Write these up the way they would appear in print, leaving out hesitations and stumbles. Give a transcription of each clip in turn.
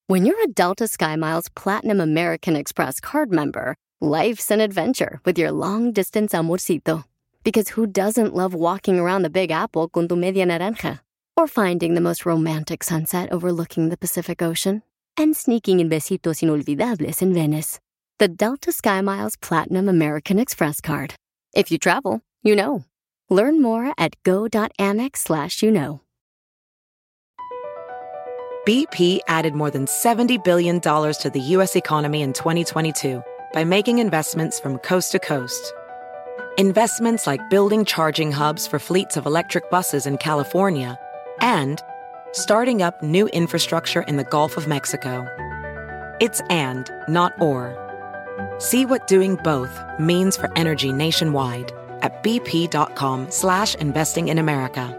When you're a Delta SkyMiles Platinum American Express card member, life's an adventure with your long-distance amorcito. Because who doesn't love walking around the Big Apple con tu media naranja? Or finding the most romantic sunset overlooking the Pacific Ocean? And sneaking in besitos inolvidables in Venice. The Delta SkyMiles Platinum American Express card. If you travel, you know. Learn more at go.amex/you-know. BP added more than $70 billion to the U.S. economy in 2022 by making investments from coast to coast. Investments like building charging hubs for fleets of electric buses in California and starting up new infrastructure in the Gulf of Mexico. It's and, not or. See what doing both means for energy nationwide at bp.com/investing in America.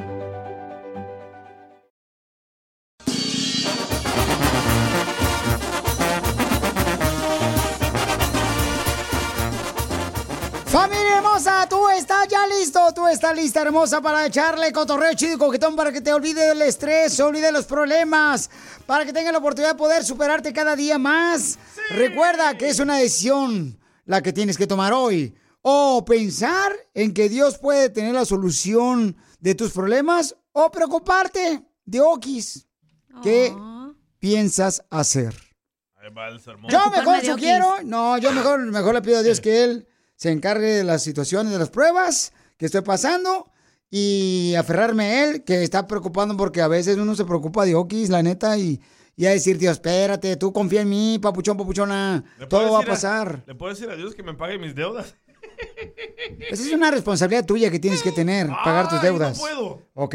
¡Familia hermosa! ¿Tú estás ya listo? ¿Tú estás lista, hermosa, para echarle cotorreo chido y coquetón para que te olvide del estrés, se olvide de los problemas, para que tengas la oportunidad de poder superarte cada día más? ¡Sí! Recuerda que es una decisión la que tienes que tomar hoy. O pensar en que Dios puede tener la solución de tus problemas o preocuparte de okis. ¿Qué piensas hacer? Ahí va el sermón. Yo mejor sugiero, yo mejor le pido a Dios que Él se encargue de las situaciones, de las pruebas que estoy pasando y aferrarme a Él, que está preocupando porque a veces uno se preocupa de okis, la neta, y a decir, Dios, espérate, tú confía en mí, papuchón, papuchona, todo va a pasar. ¿Le puedo decir a Dios que me pague mis deudas? Esa es una responsabilidad tuya que tienes que tener, pagar tus deudas. No puedo. ¿Ok?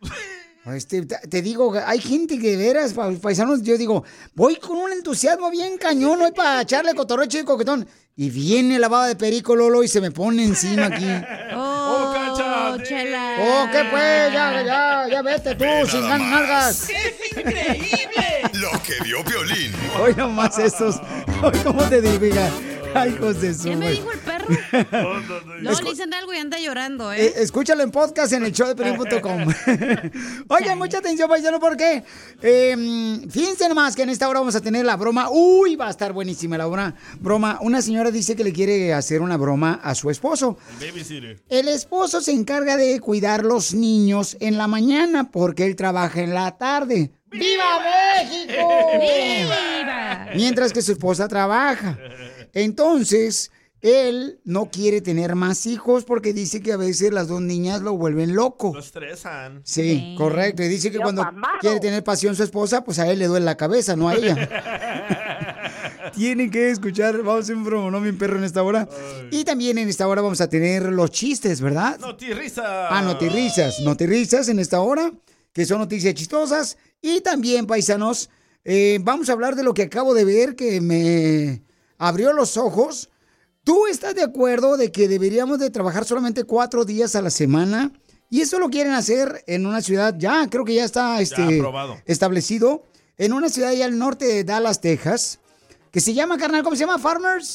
Te digo, hay gente que de veras, paisanos, yo digo, voy con un entusiasmo bien cañón hoy para echarle cotorreo chido y coquetón. Y viene la baba de perico, Lolo, y se me pone encima aquí. ¡Oh, Chela! ¡Oh, qué pues! Ya vete tú, sin nalgas. ¡Es increíble! Lo que vio Piolín. Hoy nomás estos. Hoy, ¿cómo te digo, hija? Ay, hijos de su... ¿Ya me dijo el perro? No, le dicen algo y anda llorando, Escúchalo en podcast en el showdepiolín.com. Oigan, mucha atención, paisano, porque fíjense nomás que en esta hora vamos a tener la broma. Uy, va a estar buenísima la broma. Una señora dice que le quiere hacer una broma a su esposo. El babysitter. El esposo se encarga de cuidar los niños en la mañana porque él trabaja en la tarde. ¡Viva México! ¡Viva! Mientras que su esposa trabaja. Entonces, él no quiere tener más hijos porque dice que a veces las dos niñas lo vuelven loco. Lo estresan. Sí, correcto. Y dice que cuando quiere tener pasión su esposa, pues a él le duele la cabeza, no a ella. Tienen que escuchar, vamos a hacer un bromo, ¿no? Bien perro en esta hora. Ay. Y también en esta hora vamos a tener los chistes, ¿verdad? ¡Notirrisas! Notirrisas en esta hora, que son noticias chistosas. Y también, paisanos, vamos a hablar de lo que acabo de ver que me abrió los ojos. ¿Tú estás de acuerdo de que deberíamos de trabajar solamente 4 días a la semana? Y eso lo quieren hacer en una ciudad, creo que ya está establecido, en una ciudad allá al norte de Dallas, Texas, que se llama, carnal, ¿cómo se llama? Farmers.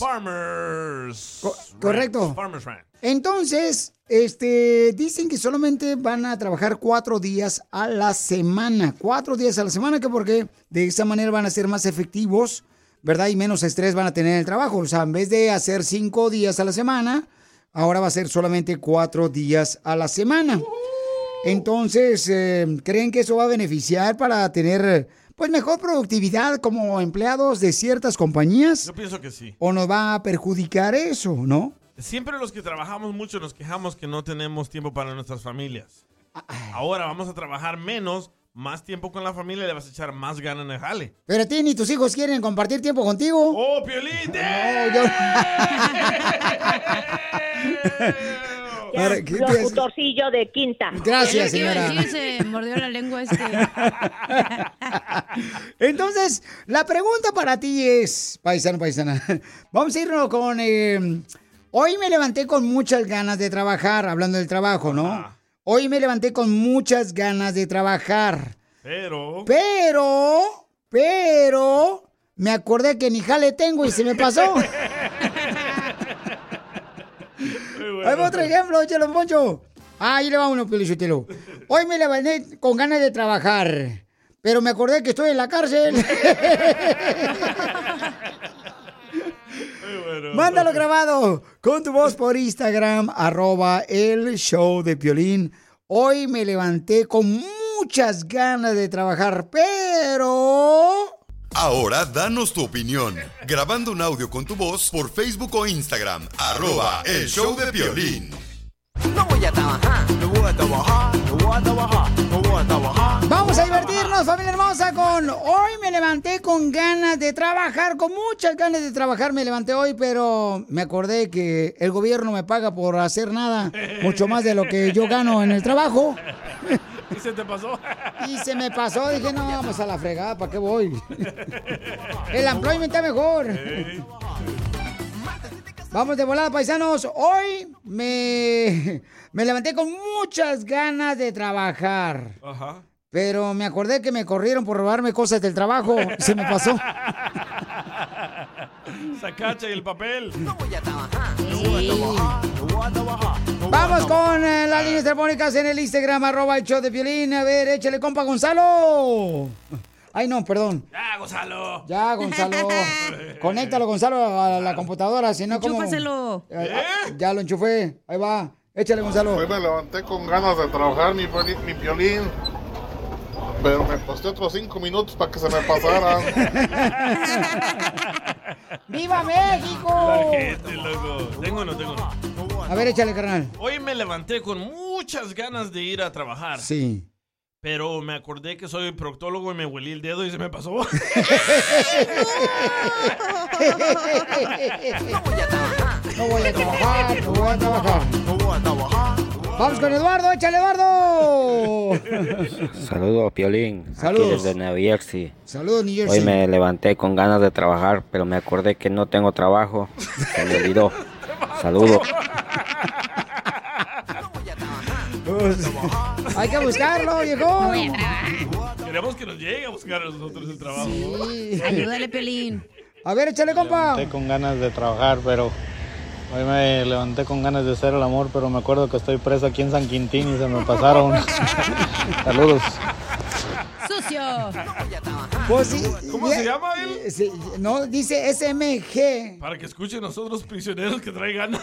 Correcto. Farmers Ranch. Entonces, dicen que solamente van a trabajar 4 días a la semana. 4 días a la semana, que porque de esa manera van a ser más efectivos, ¿verdad? Y menos estrés van a tener en el trabajo. O sea, en vez de hacer 5 días a la semana, ahora va a ser solamente 4 días a la semana. Entonces, ¿creen que eso va a beneficiar para tener, pues, mejor productividad como empleados de ciertas compañías? Yo pienso que sí. ¿O nos va a perjudicar eso, no? Siempre los que trabajamos mucho nos quejamos que no tenemos tiempo para nuestras familias. Ahora vamos a trabajar menos, más tiempo con la familia y le vas a echar más ganas en el jale. Pero a ti ni tus hijos quieren compartir tiempo contigo. ¡Oh, Piolín! Locutorcillo de quinta. Gracias, señora. Se mordió la lengua Entonces, la pregunta para ti es, paisana, vamos a irnos con... hoy me levanté con muchas ganas de trabajar, hablando del trabajo, ¿no? Hoy me levanté con muchas ganas de trabajar. Pero, me acordé que ni jale tengo y se me pasó. Hay otro ejemplo, Chelo Poncho. Ahí le va uno, Pelichotelo. Hoy me levanté con ganas de trabajar, pero me acordé que estoy en la cárcel. Bueno. Mándalo grabado con tu voz por Instagram, @el-show-de-Piolín. Hoy me levanté con muchas ganas de trabajar, pero... Ahora danos tu opinión, grabando un audio con tu voz por Facebook o Instagram, @el-show-de-Piolín. No voy a trabajar, no voy a trabajar, no voy a trabajar, no voy a trabajar. Vamos a divertirnos, familia hermosa, con hoy me levanté con ganas de trabajar, con muchas ganas de trabajar me levanté hoy, pero me acordé que el gobierno me paga por hacer nada, mucho más de lo que yo gano en el trabajo. ¿Y se te pasó? Y se me pasó, dije, no, vamos a la fregada, ¿para qué voy? El employment está mejor. Vamos de volada, paisanos. Hoy me levanté con muchas ganas de trabajar. Ajá. Pero me acordé que me corrieron por robarme cosas del trabajo. Se me pasó. Sacacha y el papel. No voy a trabajar, no voy a trabajar, no voy a trabajar. Vamos con las líneas telefónicas en el Instagram, @el-show-de-Piolín. A ver, échale, compa, Gonzalo. Ay, no, perdón. Ya, Gonzalo. Ya, Gonzalo. Conéctalo, Gonzalo, a la computadora, si no, ¿cómo? Enchúfaselo. Ya lo enchufé. Ahí va. Échale, Gonzalo. Hoy me levanté con ganas de trabajar, mi Piolín. Pero me costé otros 5 minutos para que se me pasara. ¡Viva México! La gente, loco. Tengo uno. A ver, échale, carnal. Hoy me levanté con muchas ganas de ir a trabajar. Sí. Pero me acordé que soy proctólogo y me huelí el dedo y se me pasó. No voy a trabajar, no voy a trabajar, no voy a trabajar. no voy a trabajar. Vamos con Eduardo, échale, Eduardo. Saludos, Piolín. Saludos. Aquí desde New Jersey. Saludos, New Jersey. Hoy me levanté con ganas de trabajar, pero me acordé que no tengo trabajo. Se me olvidó. Saludos. Hay que buscarlo, viejo. Queremos que nos llegue a buscar a nosotros el trabajo. Sí. Ayúdale, Piolín. A ver, échale, compa. Me levanté con ganas de trabajar, pero hoy me levanté con ganas de hacer el amor, pero me acuerdo que estoy preso aquí en San Quintín y se me pasaron. Saludos. ¡Sucio! Pues sí, ¿Cómo se llama él? Sí, no, dice SMG. Para que escuchen nosotros prisioneros que traen ganas.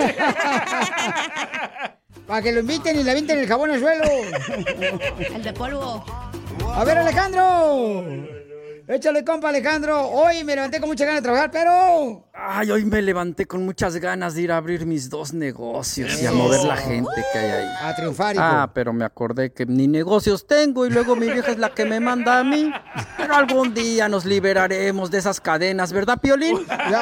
Para que lo inviten y le avienten el jabón al suelo. El de polvo. A ver, Alejandro. Échale, compa, Alejandro. Hoy me levanté con muchas ganas de trabajar, pero... Ay, hoy me levanté con muchas ganas de ir a abrir mis 2 negocios y a mover la gente que hay ahí. A triunfar, hijo. Ah, pero me acordé que ni negocios tengo y luego mi vieja es la que me manda a mí. Pero algún día nos liberaremos de esas cadenas, ¿verdad, Piolín?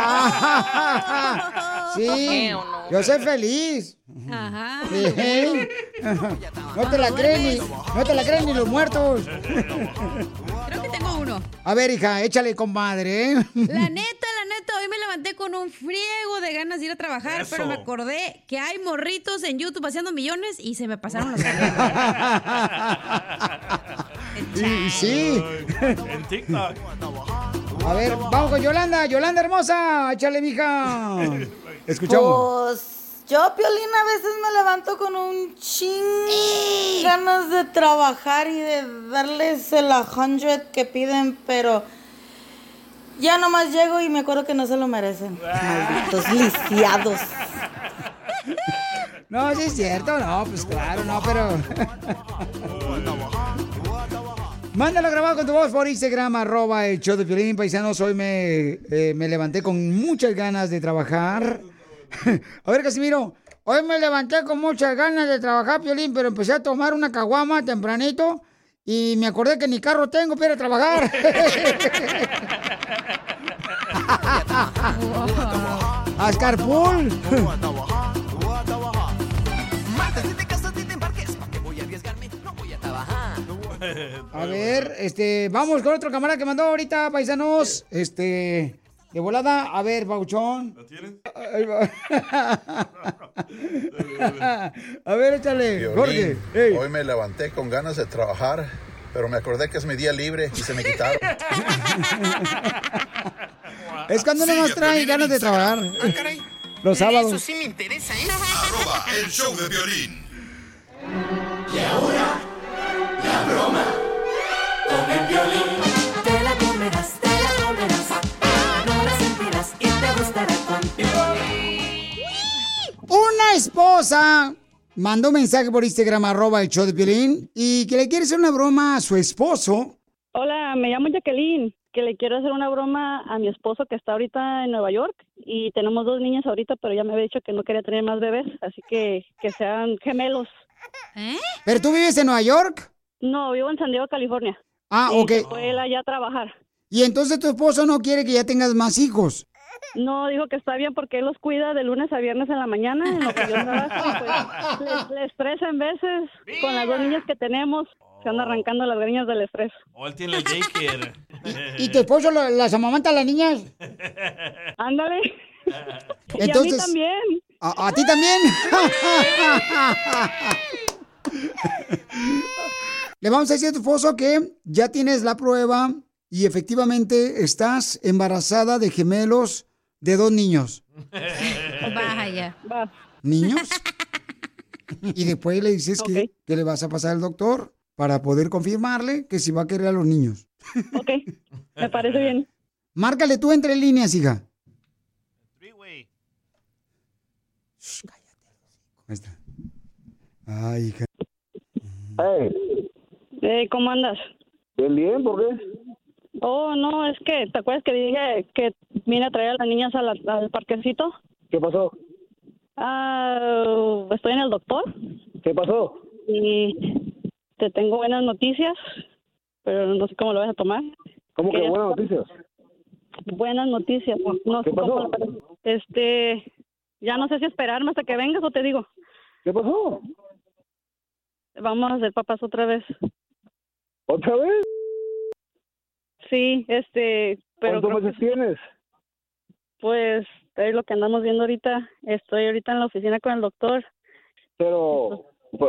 Sí, yo soy feliz. Ajá. Sí. No te la creen ni los muertos. Creo que tengo uno. A ver, hija, échale, comadre. La neta, hoy me levanté con un friego de ganas de ir a trabajar, Eso. pero me acordé que hay morritos en YouTube haciendo millones y se me pasaron los Sí. En TikTok. A ver, vamos con Yolanda. Yolanda hermosa, échale, mija. Escuchamos. Pues yo, Piolín, a veces me levanto con un ganas de trabajar y de darles el 100 que piden, pero ya nomás llego y me acuerdo que no se lo merecen. Malditos lisiados. No, sí es cierto, no, pues claro, no, pero... Mándalo grabado con tu voz por Instagram, @el-show-de-Piolín. Paisanos, hoy me levanté con muchas ganas de trabajar. A ver, Casimiro, hoy me levanté con muchas ganas de trabajar, Piolín, pero empecé a tomar una caguama tempranito y me acordé que ni carro tengo para ir a trabajar. Ascarpool. A ver, vamos con otro camarada que mandó ahorita, paisanos. De volada, a ver, Pauchón. ¿Lo tienes? A ver, échale, Piolín, Jorge. Hey. Hoy me levanté con ganas de trabajar, pero me acordé que es mi día libre y se me quitaron. Es cuando uno nos trae ganas de trabajar. Los sábados. Eso sí me interesa, ¿eh? @el show de Piolín. Y ahora, la broma con el Piolín. esposa mandó un mensaje por Instagram, @el show de Piolín, y que le quiere hacer una broma a su esposo. Hola, me llamo Jacqueline, que le quiero hacer una broma a mi esposo que está ahorita en Nueva York y tenemos 2 niñas ahorita, pero ya me había dicho que no quería tener más bebés, así que sean gemelos. ¿Pero tú vives en Nueva York? No, vivo en San Diego, California. Ah, y ok. se fue él allá a trabajar. Y entonces tu esposo no quiere que ya tengas más hijos. No, dijo que está bien porque él los cuida de lunes a viernes en la mañana, en lo que yo trabajo, y pues le estresa en veces con las 2 niñas que tenemos. Se anda arrancando las greñas del estrés. O él tiene el daycare. ¿Y tu esposo las amamanta a las niñas? Ándale. Entonces, y a mí también. ¿A ti también? Le vamos a decir a tu esposo que ya tienes la prueba y efectivamente estás embarazada de gemelos de 2 niños. Vaya. ¿Niños? Y después le dices que le vas a pasar al doctor para poder confirmarle que si va a querer a los niños. Ok, me parece bien. Márcale tú entre líneas, hija. Ahí está. Ay, hija. ¿Cómo andas? Bien, ¿por qué? Oh, no, es que, ¿te acuerdas que dije que vine a traer a las niñas al parquecito? ¿Qué pasó? Estoy en el doctor. ¿Qué pasó? Y te tengo buenas noticias, pero no sé cómo lo vas a tomar. ¿Cómo que buenas noticias? Buenas noticias. No ¿Qué sé pasó? Ya no sé si esperarme hasta que vengas o te digo. ¿Qué pasó? Vamos a ser papás otra vez. ¿Otra vez? Sí, pero ¿Cuántos meses tienes? Pues es lo que andamos viendo ahorita. Estoy ahorita en la oficina con el doctor. Pero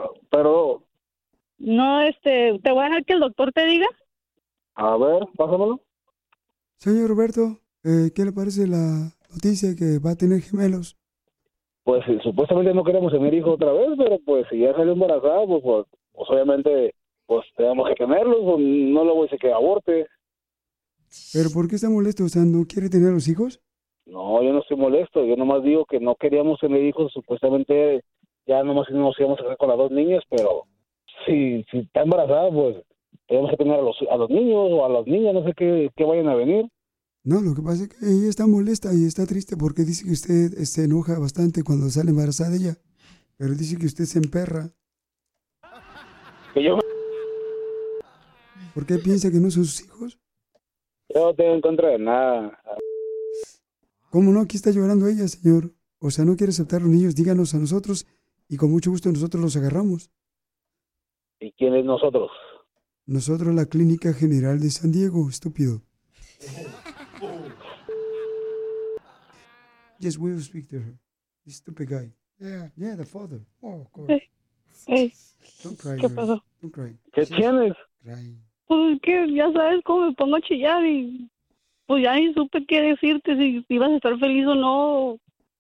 no, te voy a dejar que el doctor te diga. A ver, pásamelo. Señor Roberto, ¿qué le parece la noticia que va a tener gemelos? Pues supuestamente no queremos tener hijos otra vez, pero pues si ya salió embarazada, pues obviamente pues tenemos que tenerlos, pues, no le voy a decir que aborte. ¿Pero por qué está molesto? O sea, ¿no quiere tener a los hijos? No, yo no estoy molesto, yo nomás digo que no queríamos tener hijos, supuestamente ya nomás nos íbamos a quedar con las 2 niñas, pero si está embarazada, pues tenemos que tener a los niños o a las niñas, no sé qué vayan a venir. No, lo que pasa es que ella está molesta y está triste porque dice que usted se enoja bastante cuando sale embarazada ella, pero dice que usted se emperra. Que yo... ¿Por qué piensa que no son sus hijos? Yo no tengo en contra de nada. ¿Cómo no? Aquí está llorando ella, señor. O sea, no quiere aceptar a los niños, díganos a nosotros y con mucho gusto nosotros los agarramos. ¿Y quién es nosotros? Nosotros, la Clínica General de San Diego, estúpido. Yes, we will speak to her. This stupid guy. Yeah, the father. Oh, of course. Don't cry, ¿Qué pasó? Don't cry. ¿Qué tienes? Cry. Pues que ya sabes cómo me pongo a chillar y pues ya ni supe qué decirte, si ibas a estar feliz o no.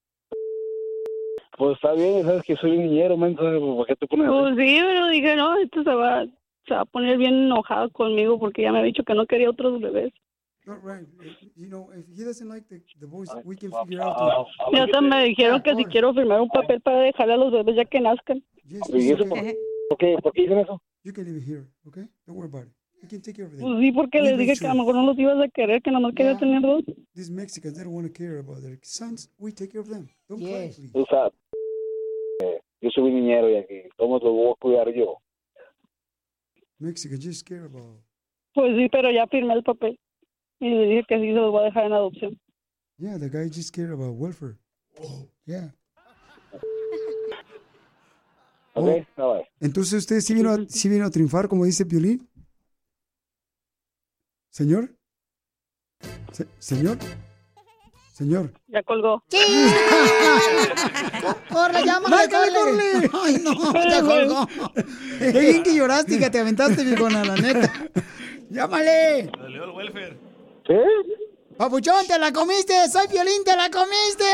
Pues está bien, sabes que soy un niñero, man, ¿sabes por qué te pones así? Pues sí, pero dije, no, esto se va a poner bien enojado conmigo porque ya me ha dicho que no quería otros bebés. Not right. You know, if he doesn't like the voice, we can figure out. Ya hasta me dijeron que si quiero firmar un papel para dejarle a los bebés ya que nazcan. ¿Y eso por qué dicen eso? You can leave it here, okay? Don't worry about it. You can take care of them. Pues sí, porque les dije que a lo mejor no los ibas a querer, que nomás quería tener 2. These Mexicans, they don't want to care about their sons. We take care of them. Don't cry, please. O sea, yo soy un niñero y aquí, ¿cómo lo voy a cuidar yo? Mexicans just care about. Pues sí, pero ya firmé el papel. Y le dije que sí se los voy a dejar en adopción. Yeah, the guy just cared about welfare. Yeah. Okay, bye. Entonces, ¿usted sí vino a triunfar, como dice Piolín? ¿Señor? ¿Señor? ¿Señor? Ya colgó. ¡Sí! ¡Corre, llámale, corre! ¡Ay, no! ¡Ya colgó! ¡Qué bien que lloraste y que te aventaste, viejona, la neta! ¡Llámale! Le dio el welfare. ¿Qué? ¡Papuchón, te la comiste! ¡Soy Piolín, te la comiste!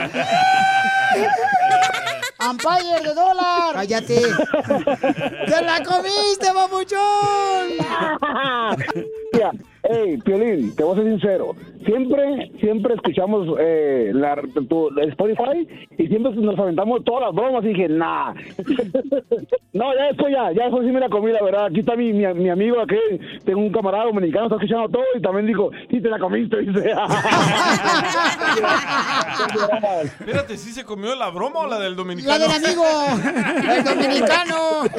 ¡Umpire de dólar! ¡Cállate! ¡Te la comiste, papuchón! Mira, Hey, Piolín, te voy a ser sincero. Siempre escuchamos tu Spotify y siempre nos aventamos todas las bromas y dije, nah. No, ya después sí me la comí, la verdad. Aquí está mi amigo, aquí tengo un camarada dominicano, está escuchando todo y también dijo, sí te la comiste, dice. Espérate, ¿sí se comió la broma o la del dominicano? La del amigo, el dominicano.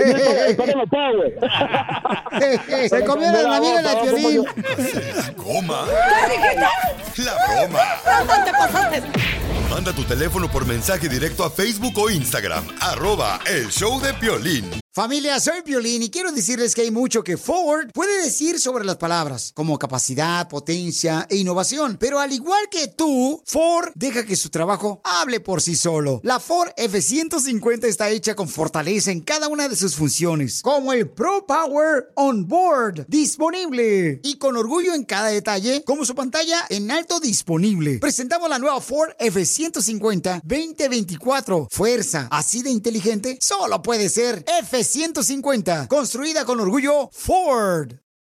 Se comió la amiga de Piolín. La goma. La broma. Manda tu teléfono por mensaje directo a Facebook o Instagram, @El Show de Piolín. Familia, soy Piolín y quiero decirles que hay mucho que Ford puede decir sobre las palabras, como capacidad, potencia e innovación. Pero al igual que tú, Ford deja que su trabajo hable por sí solo. La Ford F-150 está hecha con fortaleza en cada una de sus funciones, como el Pro Power On Board disponible y con orgullo en cada detalle, como su pantalla en alto disponible. Presentamos la nueva Ford F-150 2024. Fuerza así de inteligente solo puede ser F-150, construida con orgullo Ford.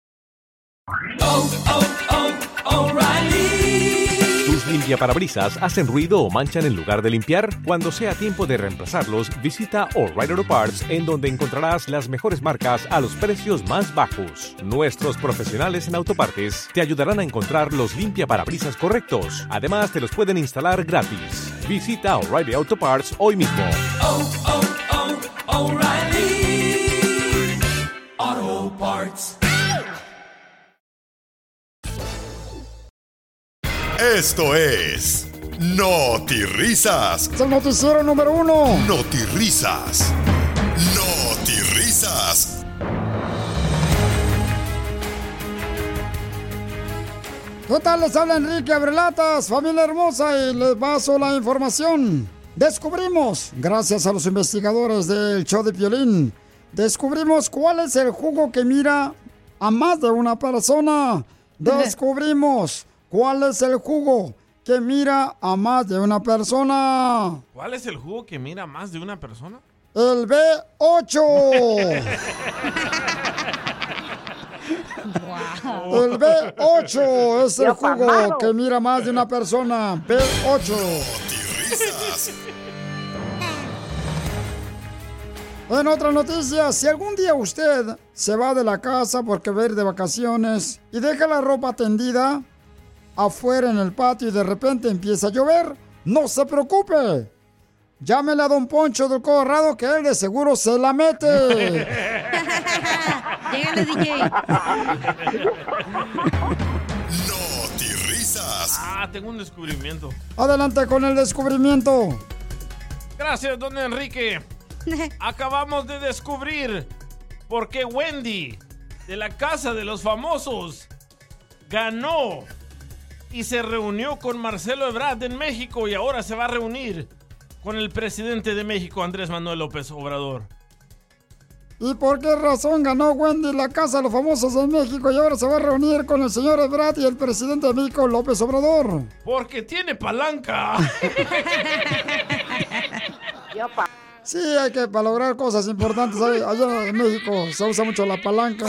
¿Tus limpiaparabrisas hacen ruido o manchan en lugar de limpiar? Cuando sea tiempo de reemplazarlos, visita O'Reilly Auto Parts, en donde encontrarás las mejores marcas a los precios más bajos. Nuestros profesionales en autopartes te ayudarán a encontrar los limpiaparabrisas correctos. Además, te los pueden instalar gratis. Visita O'Reilly Auto Parts hoy mismo. O'Reilly Auto Parts. Esto es Notirrisas. Es el noticiero número 1. Notirrisas. Notirrisas. ¿Qué tal? Les habla Enrique Abrelatas, familia hermosa, y les paso la información. Descubrimos, gracias a los investigadores del show de Piolín, descubrimos cuál es el jugo que mira a más de una persona. Descubrimos cuál es el jugo que mira a más de una persona. ¿Cuál es el jugo que mira a más de una persona? El B8. El B8 es el jugo que mira más de una persona. B8. En otras noticias, si algún día usted se va de la casa porque va a ir de vacaciones y deja la ropa tendida afuera en el patio y de repente empieza a llover, no se preocupe. Llámele a Don Poncho del Colorado, que él de seguro se la mete. Llégale, DJ. Notirrisas. Tengo un descubrimiento. Adelante con el descubrimiento. Gracias, don Enrique. Acabamos de descubrir por qué Wendy, de la Casa de los Famosos, ganó y se reunió con Marcelo Ebrard en México y ahora se va a reunir con el presidente de México, Andrés Manuel López Obrador. ¿Y por qué razón ganó Wendy la Casa de los Famosos en México y ahora se va a reunir con el señor Ebrard y el presidente de México, López Obrador? Porque tiene palanca. Sí, hay que para lograr cosas importantes. Allá en México se usa mucho la palanca.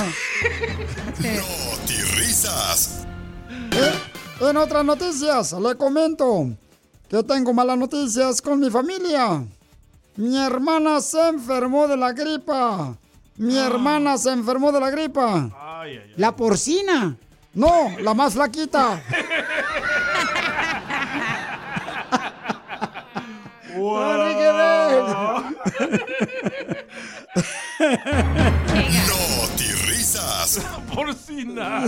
Notirrisas. En otras noticias, le comento que tengo malas noticias con mi familia. Mi hermana se enfermó de la gripa. La porcina. No, la más flaquita. Notirrisas. Porcina.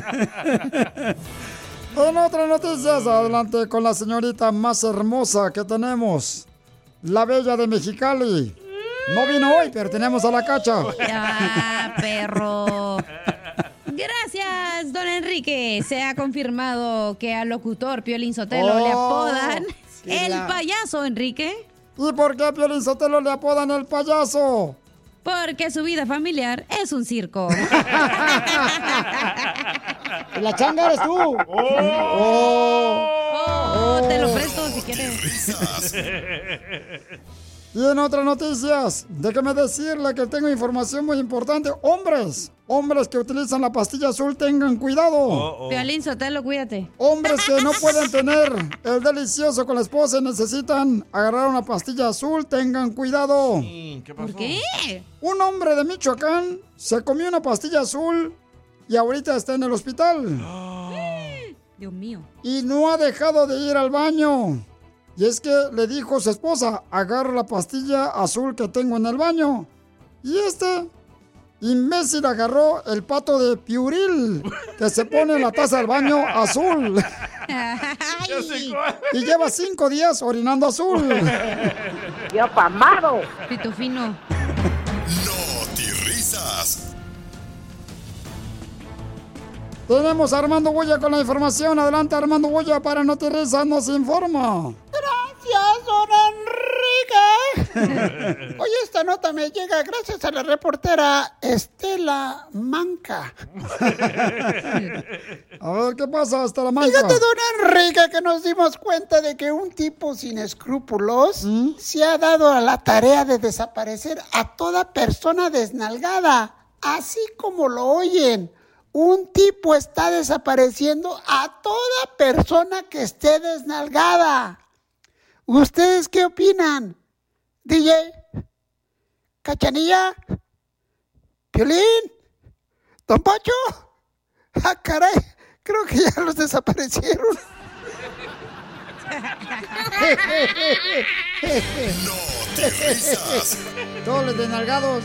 En otras noticias, adelante con la señorita más hermosa que tenemos, la Bella de Mexicali. No vino hoy, pero tenemos a la Cacha. Perro. Gracias, don Enrique. Se ha confirmado que al locutor Piolín Sotelo le apodan el payaso, Enrique. ¿Y por qué a Piolín Sotelo le apodan el payaso? Porque su vida familiar es un circo. La changa eres tú. Te lo presto si quieres. Y en otras noticias, déjame decirle que tengo información muy importante. Hombres que utilizan la pastilla azul, tengan cuidado. Piolín Sotelo, cuídate. Hombres que no pueden tener el delicioso con la esposa y necesitan agarrar una pastilla azul, tengan cuidado. ¿Qué pasó? ¿Por qué? Un hombre de Michoacán se comió una pastilla azul y ahorita está en el hospital. Dios mío. Y no ha dejado de ir al baño. Y es que le dijo a su esposa, agarra la pastilla azul que tengo en el baño. Y este imbécil agarró el pato de piuril que se pone en la taza del baño azul. Y lleva 5 días orinando azul. ¡Yo pamado! Pito fino. No te risas. Tenemos a Armando Boya con la información. Adelante, Armando Boya, para No Te Risas, nos informa. Gracias, don Enrique. Hoy esta nota me llega gracias a la reportera Estela Manca. A ver, ¿qué pasa, Estela Manca? Fíjate, don Enrique, que nos dimos cuenta de que un tipo sin escrúpulos se ha dado a la tarea de desaparecer a toda persona desnalgada, así como lo oyen. Un tipo está desapareciendo a toda persona que esté desnalgada. ¿Ustedes qué opinan? DJ, Cachanilla, Piolín, Don Pacho. Ah, caray, creo que ya los desaparecieron. No te risas. Todos los desnalgados.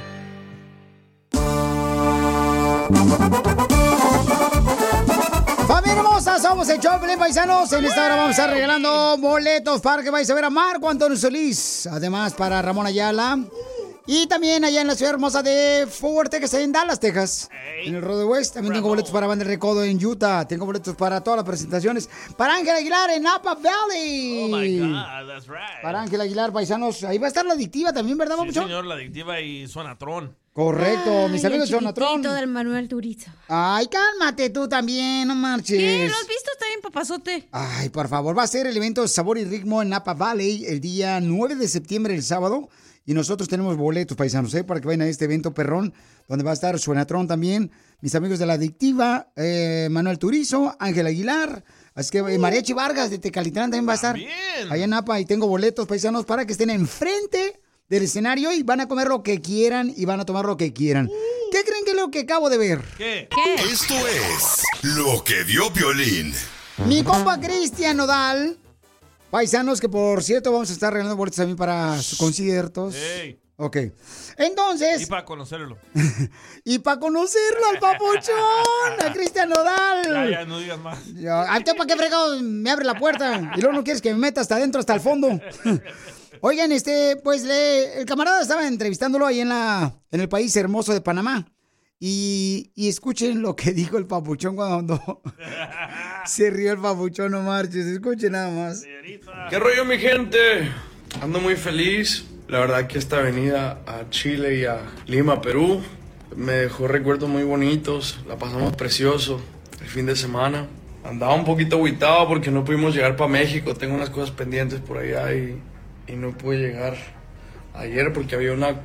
Familia hermosa, somos el Choplin, paisanos. En esta hora vamos a estar regalando boletos para que vayas a ver a Marco Antonio Solís. Además, para Ramón Ayala. Y también allá en la ciudad hermosa de Fort Worth, que está en Dallas, Texas. En el Road West. También tengo boletos para Banda del Recodo en Utah. Tengo boletos para todas las presentaciones. Para Ángel Aguilar en Napa Valley. Oh my God, that's right. Para Ángel Aguilar, paisanos. Ahí va a estar la Adictiva también, ¿verdad, Sí, papuchón? señor, la Adictiva y Sonatrón. Correcto, mis amigos de Sonatrón. Del Manuel Turizo. Ay, cálmate tú también, no marches. ¿Qué? ¿Lo has visto? Está bien, papazote. Ay, por favor, va a ser el evento Sabor y Ritmo en Napa Valley el día 9 de septiembre, el sábado. Y nosotros tenemos boletos, paisanos, para que vayan a este evento perrón, donde va a estar Sonatrón también, mis amigos de La Adictiva, Manuel Turizo, Ángel Aguilar, así que Mariachi Vargas de Tecalitlán también va a estar allá en Napa. Y tengo boletos, paisanos, para que estén enfrente del escenario y van a comer lo que quieran y van a tomar lo que quieran. ¿Qué creen que es lo que acabo de ver? ¿Qué? Esto es Lo que dio Piolín. Mi compa Cristian Nodal, paisanos, que por cierto vamos a estar regalando boletos también para sus conciertos. Hey. Ok. Entonces. Y para conocerlo. Y para conocerlo al papuchón, a Cristian Nodal. Ya, no digas más. ¿Antes para qué fregado me abre la puerta? Y luego no quieres que me meta hasta adentro, hasta el fondo. Oigan, pues el camarada estaba entrevistándolo ahí en el país hermoso de Panamá. Y escuchen lo que dijo el papuchón cuando se rió el papuchón, no marches. Escuchen nada más. ¿Qué rollo, mi gente? Ando muy feliz. La verdad que esta venida a Chile y a Lima, Perú, me dejó recuerdos muy bonitos. La pasamos precioso el fin de semana. Andaba un poquito agüitado porque no pudimos llegar para México. Tengo unas cosas pendientes por allá y no pude llegar ayer porque había una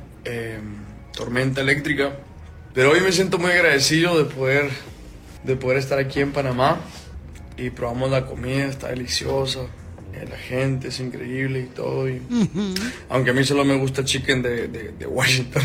tormenta eléctrica. Pero hoy me siento muy agradecido de poder estar aquí en Panamá y probamos la comida, está deliciosa, la gente es increíble y todo. Aunque a mí solo me gusta el chicken de Washington.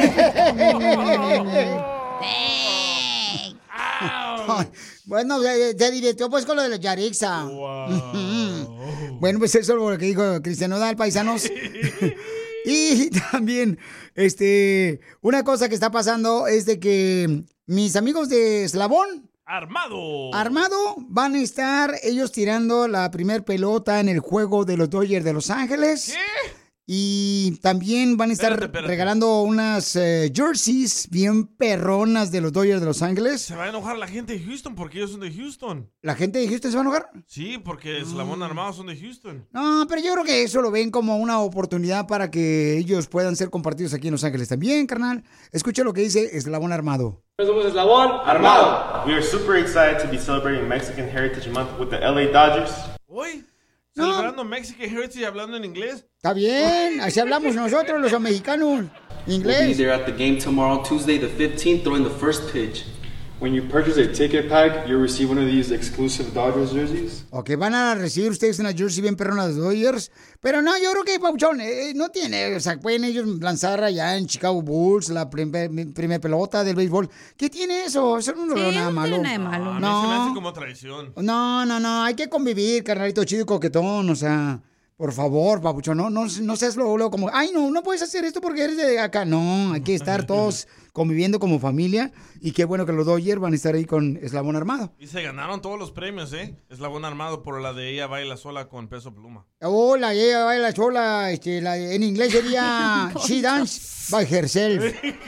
Bueno, se divirtió pues con lo de los Yarixa. Bueno, pues eso es lo que dijo Cristian Nodal, paisanos. Y también, una cosa que está pasando es de que mis amigos de Eslabón Armado van a estar ellos tirando la primer pelota en el juego de los Dodgers de Los Ángeles. ¿Qué? Y también van a estar regalando unas jerseys bien perronas de los Dodgers de Los Ángeles. Se va a enojar la gente de Houston porque ellos son de Houston. ¿La gente de Houston se va a enojar? Sí, porque Eslabón Armado son de Houston. No, pero yo creo que eso lo ven como una oportunidad para que ellos puedan ser compartidos aquí en Los Ángeles también, carnal. Escucha lo que dice Eslabón Armado. Somos Eslabón Armado. We are super excited to be celebrating Mexican Heritage Month with the LA Dodgers. Hoy. Celebrando Mexican Heritage y hablando en inglés. Está bien, así hablamos nosotros los mexicanos. We'll be there at the game tomorrow, Tuesday the 15th, throwing the first pitch. When you purchase a ticket pack, you'll receive one of these exclusive Dodgers jerseys. Ok, van a recibir ustedes una jersey bien perrona de Dodgers. Pero no, yo creo que, Pauchón, no tiene... O sea, pueden ellos lanzar allá en Chicago Bulls la primera pelota del béisbol. ¿Qué tiene eso? Eso no es nada malo. No tiene nada de malo. A mí se me hace como tradición. No. Hay que convivir, carnalito chido y coquetón. O sea, por favor, papuchón, no seas luego como... Ay, no puedes hacer esto porque eres de acá. No, hay que estar todos conviviendo como familia. Y qué bueno que los Dodgers van a estar ahí con Eslabón Armado. Y se ganaron todos los premios, ¿eh? Eslabón Armado por la de Ella Baila Sola con Peso Pluma. Oh, Ella Baila Sola, en inglés sería She Dance by Herself.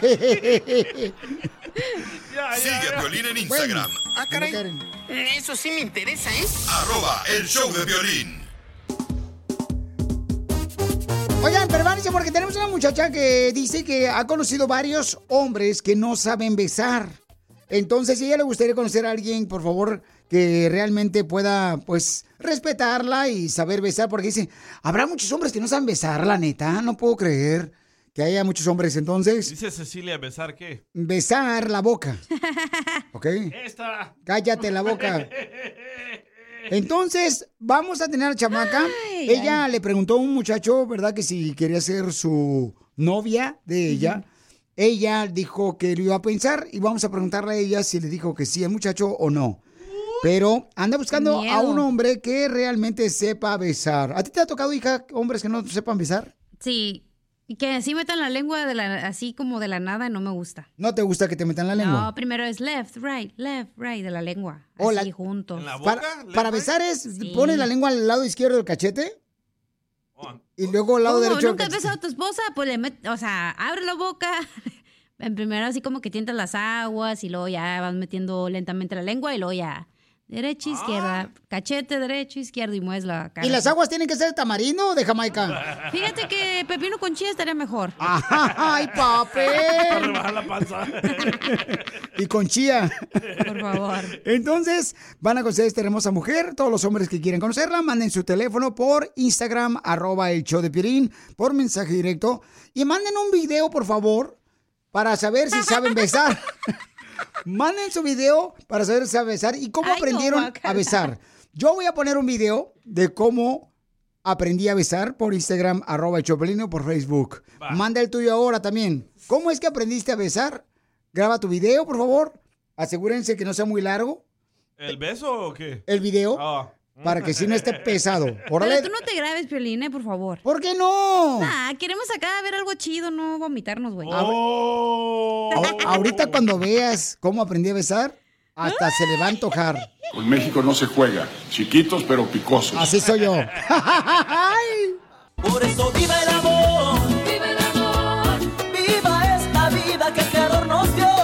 Sigue a Piolín en Instagram. Ah, caray. Eso sí me interesa, ¿eh? @el show de Piolín. Oigan, prepárense porque tenemos una muchacha que dice que ha conocido varios hombres que no saben besar. Entonces, si a ella le gustaría conocer a alguien, por favor, que realmente pueda, pues, respetarla y saber besar. Porque dice, habrá muchos hombres que no saben besar, la neta. No puedo creer que haya muchos hombres. Entonces, Dice Cecilia, ¿besar qué? besar la boca. ¿Ok? Esta. Cállate la boca. Entonces, vamos a tener a la chamaca. Ella le preguntó a un muchacho, ¿verdad? Que si quería ser su novia de ella. Ella dijo que lo iba a pensar y vamos a preguntarle a ella si le dijo que sí al muchacho o no. Pero anda buscando a un hombre que realmente sepa besar. ¿A ti te ha tocado, hija, hombres que no sepan besar? Sí. Y que así metan la lengua así como de la nada, no me gusta. ¿No te gusta que te metan la lengua? No, primero es left, right, de la lengua. O así juntos. ¿En la boca? Para besar es, pones la lengua al lado izquierdo del cachete y luego al lado derecho del ¿Nunca has cachete. besado a tu esposa? Pues abre la boca. Primero así como que tientas las aguas y luego ya vas metiendo lentamente la lengua y luego ya derecha, izquierda, cachete, derecho, izquierdo y mueves la cara. ¿Y las aguas tienen que ser de tamarindo o de Jamaica? Fíjate que pepino con chía estaría mejor. ¡Ay, Para papel! rebajar la panza. Y con chía. Por favor. Entonces, van a conocer a esta hermosa mujer. Todos los hombres que quieren conocerla, manden su teléfono por Instagram, @el show de Piolín, por mensaje directo. Y manden un video, por favor, para saber si saben besar. Manden su video para saber si saben besar y cómo aprendieron a besar. Yo voy a poner un video de cómo aprendí a besar por Instagram, @el show de Piolín, o por Facebook. Manda el tuyo ahora también. ¿Cómo es que aprendiste a besar? Graba tu video, por favor. Asegúrense que no sea muy largo. ¿El beso o qué? El video. Para que si no esté pesado. Órale. Pero tú no te grabes, Piolín, por favor. ¿Por qué no? Queremos acá ver algo chido, no vomitarnos, güey. Ahorita cuando veas cómo aprendí a besar, hasta se le va a antojar. Con México no se juega. Chiquitos pero picosos. Así soy yo. Por eso viva el amor. Viva el amor. Viva esta vida que el Creador nos dio.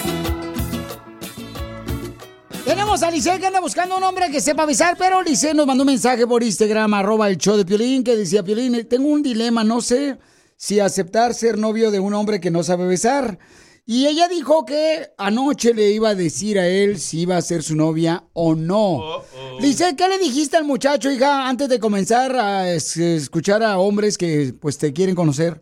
Tenemos a Lice que anda buscando un hombre que sepa besar, pero Lice nos mandó un mensaje por Instagram, @el show de Piolín, que decía: Piolín, tengo un dilema, no sé si aceptar ser novio de un hombre que no sabe besar. Y ella dijo que anoche le iba a decir a él si iba a ser su novia o no. Lice, ¿qué le dijiste al muchacho, hija, antes de comenzar a escuchar a hombres que pues te quieren conocer?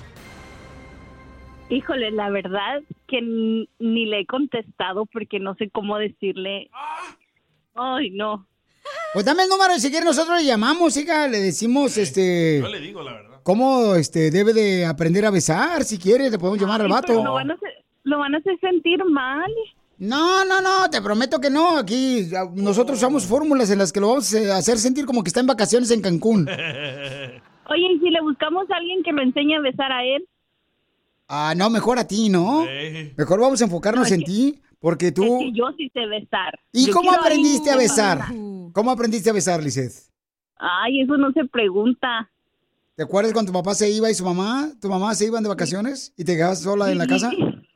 Híjole, la verdad que ni le he contestado porque no sé cómo decirle. Ay, no. Pues dame el número y si quiere nosotros le llamamos, hija, le decimos, Yo le digo la verdad. cómo debe de aprender a besar, si quiere, le podemos llamar al vato. Pero lo van a hacer sentir mal. No, te prometo que no. Aquí nosotros usamos fórmulas en las que lo vamos a hacer sentir como que está en vacaciones en Cancún. Oye, ¿y si le buscamos a alguien que lo enseñe a besar a él? No, mejor a ti, ¿no? Mejor vamos a enfocarnos en ti, porque tú... Es que yo sí sé besar. ¿Y Yo cómo quiero aprendiste a alguien besar? que- ¿Cómo aprendiste a besar, Lizeth? Ay, eso no se pregunta. ¿Te acuerdas cuando tu papá se iba y tu mamá se iban de vacaciones y te quedabas sola en la casa?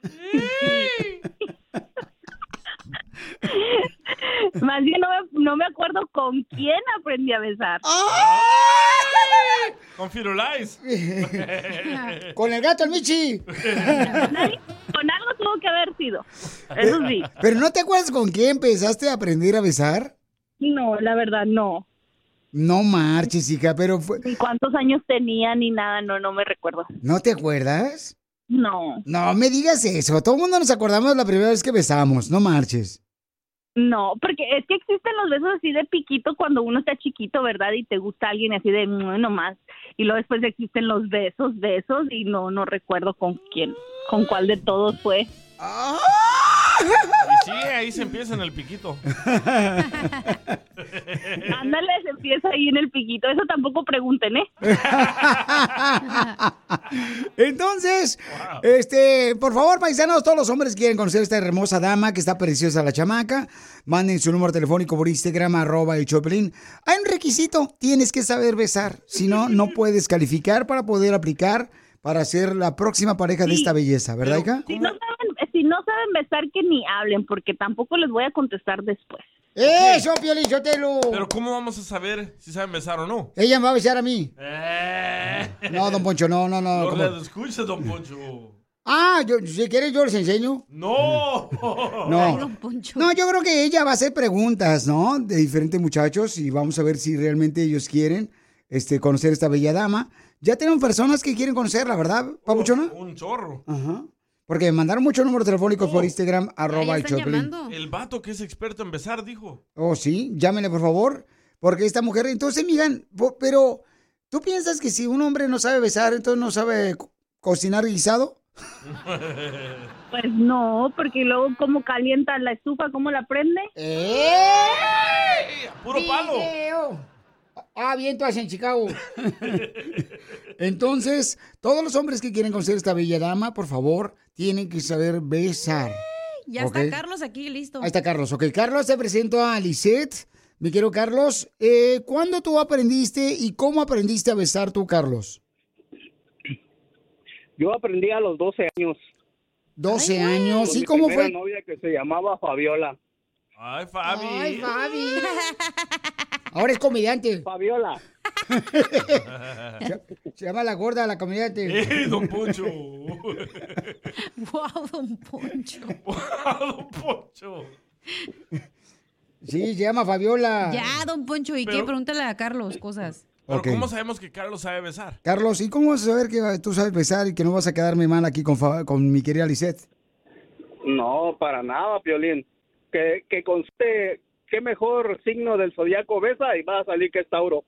Más bien no me acuerdo con quién aprendí a besar. Con Firulais. Con el gato, el Michi. Con algo tuvo que haber sido. Eso sí. ¿Pero no te acuerdas con quién empezaste a aprender a besar? No, la verdad no. No marches, hija, pero Ni cuántos años tenía ni nada, no me recuerdo. ¿No te acuerdas? No. No me digas eso. Todo el mundo nos acordamos la primera vez que besamos. No marches. No, porque es que existen los besos así de piquito cuando uno está chiquito, ¿verdad? Y te gusta alguien así de nomás. Y luego después existen los besos, y no recuerdo con cuál de todos fue. Y sí, ahí se empieza en el piquito. Ándale, se empieza ahí en el piquito. Eso tampoco pregunten, ¿eh? Entonces, por favor, paisanos, todos los hombres quieren conocer a esta hermosa dama que está preciosa la chamaca. Manden su número telefónico por Instagram, @elchoplin. Hay un requisito, tienes que saber besar. Si no, no puedes calificar para poder aplicar para ser la próxima pareja de esta belleza, ¿verdad, hija? Si no saben besar, que ni hablen, porque tampoco les voy a contestar después. ¡Eso, Piolín Sotelo! Pero ¿cómo vamos a saber si saben besar o no? Ella me va a besar a mí. No, don Poncho, no. No ¿cómo? le escuches, don Poncho. Si quieres yo les enseño. No. No, yo creo que ella va a hacer preguntas, ¿no? De diferentes muchachos y vamos a ver si realmente ellos quieren conocer a esta bella dama. Ya tenemos personas que quieren conocerla, ¿verdad, papuchona? Un chorro. Ajá. Porque me mandaron muchos números telefónicos por Instagram, @elchoplin. El vato que es experto en besar dijo. Oh, sí, llámenle por favor. Porque esta mujer, entonces, migan, pero ¿tú piensas que si un hombre no sabe besar, entonces no sabe cocinar guisado? Pues no, porque luego cómo calienta la estufa, cómo la prende. ¡Puro palo! Bien, tú haces en Chicago. Entonces, todos los hombres que quieren conocer a esta bella dama, por favor, tienen que saber besar. Ya está Carlos aquí, listo. Ahí está Carlos, ok. Carlos, te presento a Lisette. Mi querido Carlos, ¿cuándo tú aprendiste y cómo aprendiste a besar tú, Carlos? Yo aprendí a los 12 años. 12 años, Con ¿y mi cómo primera fue? novia que se llamaba Fabiola. Ay, Fabi. Ay, Fabi. Ahora es comediante. Fabiola. Se llama la gorda, la comediante. Don Poncho. Wow, don Poncho. Don Poncho. Sí, se llama Fabiola. Ya, don Poncho, ¿y qué? Pregúntale a Carlos cosas. Pero Ok. ¿cómo sabemos que Carlos sabe besar? Carlos, ¿y cómo vas a saber que tú sabes besar y que no vas a quedarme mal aquí con mi querida Lisette? No, para nada, Piolín. Que conste, qué mejor signo del zodiaco besa y va a salir que es Tauro.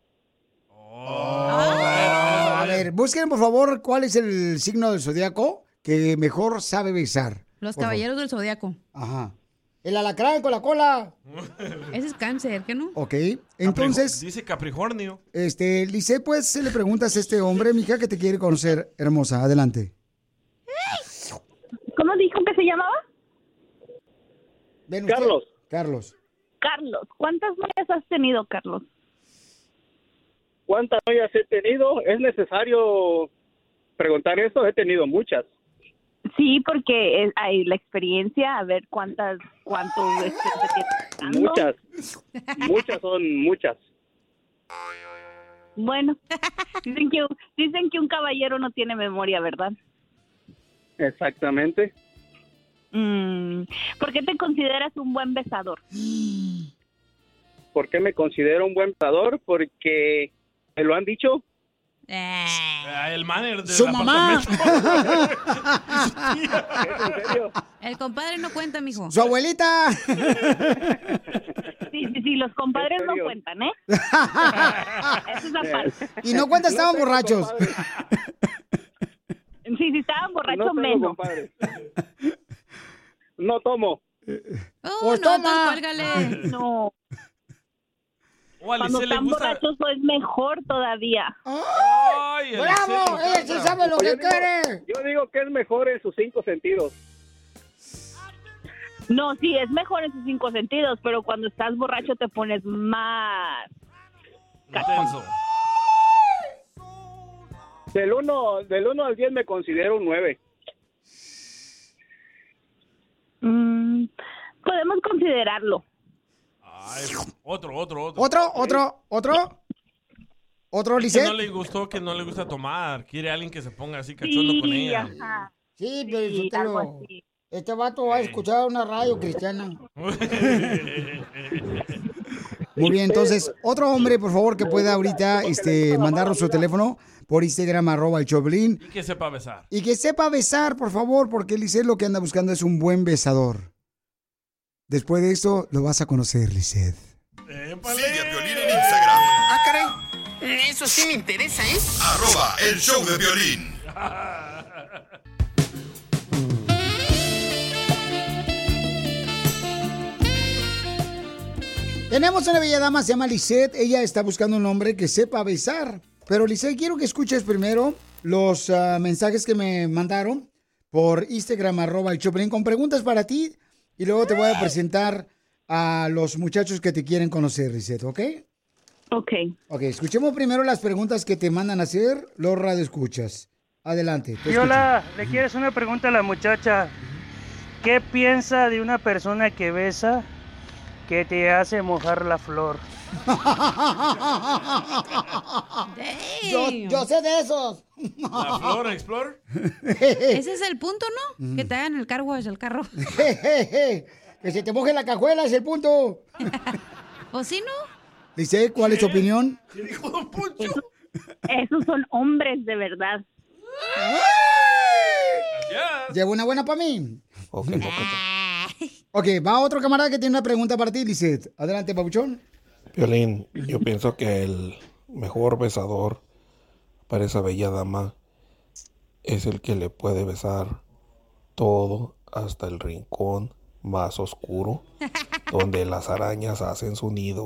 A ver, busquen por favor cuál es el signo del zodiaco que mejor sabe besar. Los Por caballeros del zodiaco. Ajá. El alacrán con la cola. Ese es cáncer, ¿qué no? Ok, entonces, Dice Capricornio. Lisette, pues, se le preguntas a este hombre, mija, que te quiere conocer, hermosa. Adelante. ¿Cómo dijo que se llamaba? Ven usted. Carlos. Carlos. Carlos. ¿Cuántas novias has tenido, Carlos? ¿Cuántas novias he tenido? ¿Es necesario preguntar eso? He tenido muchas. Sí, porque hay la experiencia, a ver cuántos Muchas. Muchas son muchas. Bueno, dicen que un caballero no tiene memoria, ¿verdad? Exactamente. ¿Por qué te consideras un buen besador? ¿Por qué me considero un buen besador? Porque me lo han dicho. El manager de ¡Su mamá! ¿En serio? El compadre no cuenta, mijo. ¡Su abuelita! Sí, los compadres no cuentan, ¿eh? Eso es aparte. Y no cuenta, estaban borrachos. Sí, estaban borrachos No tengo menos. compadres. No tomo. Pues no, toma. entonces cuélgale. No. O a Cuando Lisette le están gusta. borrachos es mejor todavía. Ay, ¡Bravo! ¡Ella sí sabe lo que quiere! Yo digo que es mejor en sus 5 sentidos. No, sí, es mejor en sus 5 sentidos, pero cuando estás borracho te pones más Intenso. Del 1 al 10 me considero un 9. Podemos considerarlo. Ay, otro. ¿Otro, Que Lisette? no le gustó, que no le gusta tomar. Quiere alguien que se ponga así cachondo con ella. Ajá. Sí, pero Sí, Sotelo, algo así. este vato ha escuchado una radio cristiana. Muy bien, entonces, otro hombre, por favor, que pueda ahorita mandarnos su teléfono por Instagram, @el Choplin. Y que sepa besar. Y que sepa besar, por favor, porque Lisette lo que anda buscando es un buen besador. Después de esto, lo vas a conocer, Lisette. Sigue a Piolín en Instagram. Ah, caray. Eso sí me interesa, ¿eh? @el show de Piolín. Tenemos una bella dama, se llama Lisette. Ella está buscando un hombre que sepa besar. Pero, Lisette, quiero que escuches primero los mensajes que me mandaron por Instagram, @el Choplin, con preguntas para ti. Y luego te voy a presentar a los muchachos que te quieren conocer, Lisette, ¿ok? Ok. Ok, escuchemos primero las preguntas que te mandan a hacer los radioescuchas. Adelante. te Viola, le quieres una pregunta a la muchacha. ¿Qué piensa de una persona que besa que te hace mojar la flor? Yo sé de esos. ¿La Flor Explorer? Ese es el punto, ¿no? Que te hagan el cargo desde el carro. Que se te moje la cajuela, es el punto. ¿O sí, no? Dice, ¿cuál es tu opinión? Esos son hombres de verdad. Llevo una buena para mí. Ok, va otro camarada que tiene una pregunta para ti, Lisette. Adelante, papuchón. Piolín, yo pienso que el mejor besador para esa bella dama es el que le puede besar todo hasta el rincón más oscuro donde las arañas hacen su nido.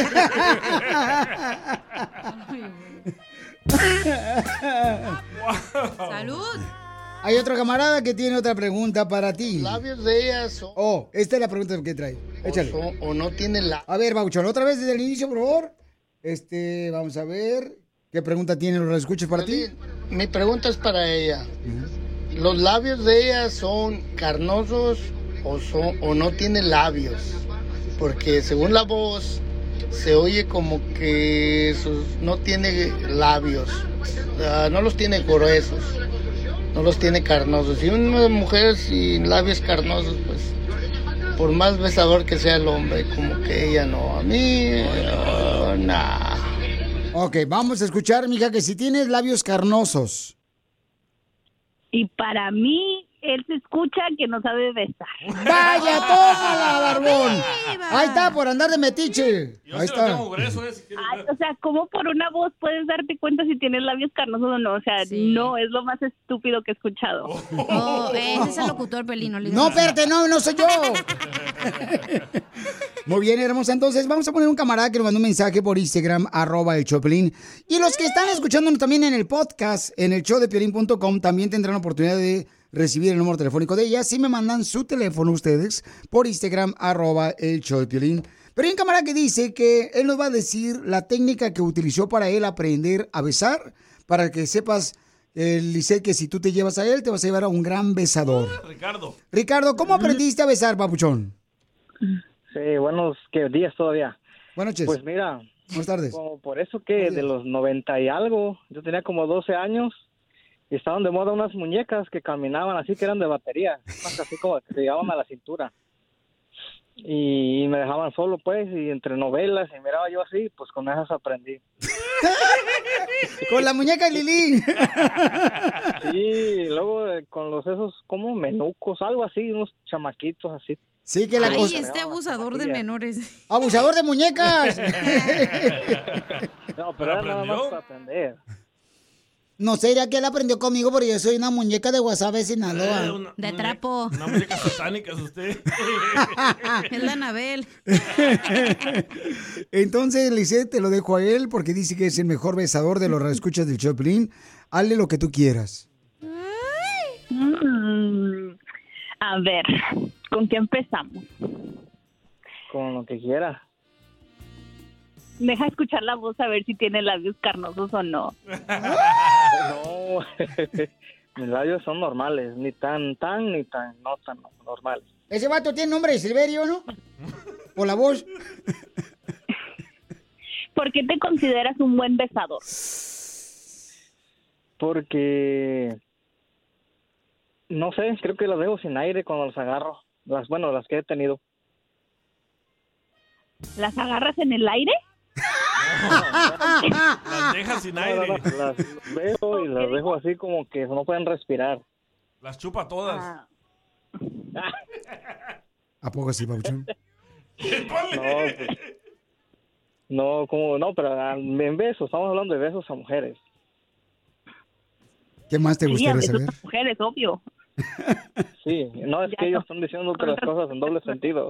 ¡Salud! Hay otro camarada que tiene otra pregunta para ti. Labios de ella son... Oh, esta es la pregunta que trae. Échale. O no tiene la... A ver, Bauchón, otra vez desde el inicio, por favor. Vamos a ver. ¿Qué pregunta tienen los escuchas para ti? Mi pregunta es para ella. ¿Los labios de ella son carnosos o no tiene labios? Porque según la voz se oye como que no tiene labios. No los tiene gruesos. No los tiene carnosos. Y una mujer sin labios carnosos, pues, por más besador que sea el hombre, como que ella no. A mí, nah. Ok, vamos a escuchar, mija, que si tienes labios carnosos. Y para mí, él se escucha que no sabe besar. ¡Vaya, tómala, barbón! Ahí está, por andar de metiche. Ahí está. Ay, o sea, ¿cómo por una voz puedes darte cuenta si tienes labios carnosos o no? O sea, no, es lo más estúpido que he escuchado. Oh, ese es el locutor, Pelino. No, espérate, no soy yo. Muy bien, hermosa. Entonces, vamos a poner un camarada que nos mandó un mensaje por Instagram, @el Choplin. Y los que están escuchándonos también en el podcast, en el showdepiolin.com, también tendrán la oportunidad de recibir el número telefónico de ella si me mandan su teléfono ustedes por Instagram, @el show de Piolín. Pero hay un camarada que dice que él nos va a decir la técnica que utilizó para él aprender a besar, para que sepas, Lisette, que si tú te llevas a él, te vas a llevar a un gran besador. Ricardo, ¿cómo aprendiste a besar, papuchón? Sí, buenos días todavía. Buenas noches. Pues mira, buenas tardes. Como por eso que de los 90 y algo, yo tenía como 12 años y estaban de moda unas muñecas que caminaban así, que eran de batería, más así como que se llevaban a la cintura. Y me dejaban solo, pues, y entre novelas, y miraba yo así, pues con esas aprendí. Con la muñeca Lili. Sí, y luego con los esos, como menucos, algo así, unos chamaquitos así. Sí, que la Ay, cosa... este abusador de menores. ¡Abusador de muñecas! No, pero era nada más para aprender. No sé, ya que él aprendió conmigo porque yo soy una muñeca de Guasave, Sinaloa. De trapo. Una muñeca satánica es usted. Es la Anabel. Entonces, Lisette, te lo dejo a él porque dice que es el mejor besador de los radioescuchas del Choplin. Hazle lo que tú quieras. A ver, ¿con qué empezamos? Con lo que quiera. Deja escuchar la voz a ver si tiene labios carnosos o no. No, mis labios son normales, ni tan no tan normales. Ese vato tiene nombre de Silverio, ¿no? Por la voz. ¿Por qué te consideras un buen besador? Porque, no sé, creo que los dejo sin aire cuando los agarro. Las que he tenido. ¿Las agarras en el aire? Las dejas sin aire. Las veo y las dejo así como que no pueden respirar. Las chupa todas. ¿A poco sí, Papuchón? No, pero en besos, estamos hablando de besos a mujeres. ¿Qué más te gustaría saber? Mujeres, obvio. Sí, no, es que ellos están diciendo otras cosas en doble sentido.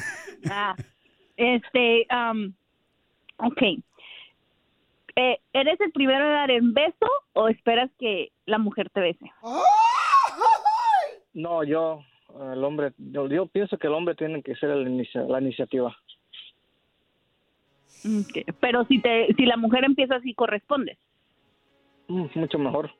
Ok. ¿Eres el primero en dar en beso o esperas que la mujer te bese? No, el hombre, yo pienso que el hombre tiene que ser la iniciativa. Okay. Pero si la mujer empieza así, ¿correspondes? Mucho mejor.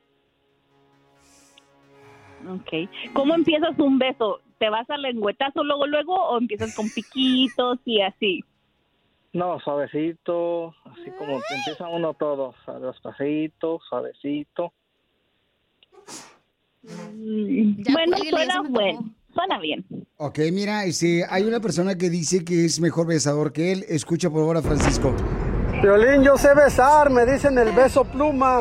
Okay. ¿Cómo empiezas un beso? ¿Te vas al lengüetazo luego o empiezas con piquitos y así? No, suavecito, así como empieza uno todo, despacito, suavecito. Bueno, suena bien. Ok, mira, hay una persona que dice que es mejor besador que él. Escucha por favor a Francisco. Piolín, yo sé besar, me dicen el beso pluma.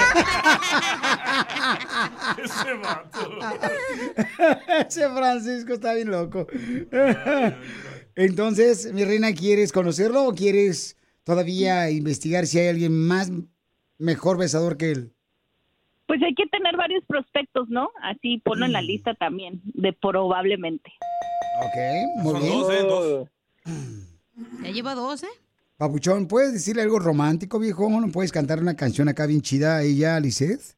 Ese vato. Ese Francisco está bien loco. Entonces, mi reina, ¿quieres conocerlo o quieres todavía investigar si hay alguien más mejor besador que él? Pues hay que tener varios prospectos, ¿no? Así ponlo en la lista también, de probablemente. Ok, muy bien. Dos. Ya lleva 2, ¿eh? Papuchón, ¿puedes decirle algo romántico, viejo? ¿No puedes cantar una canción acá bien chida a ella, a Lisette?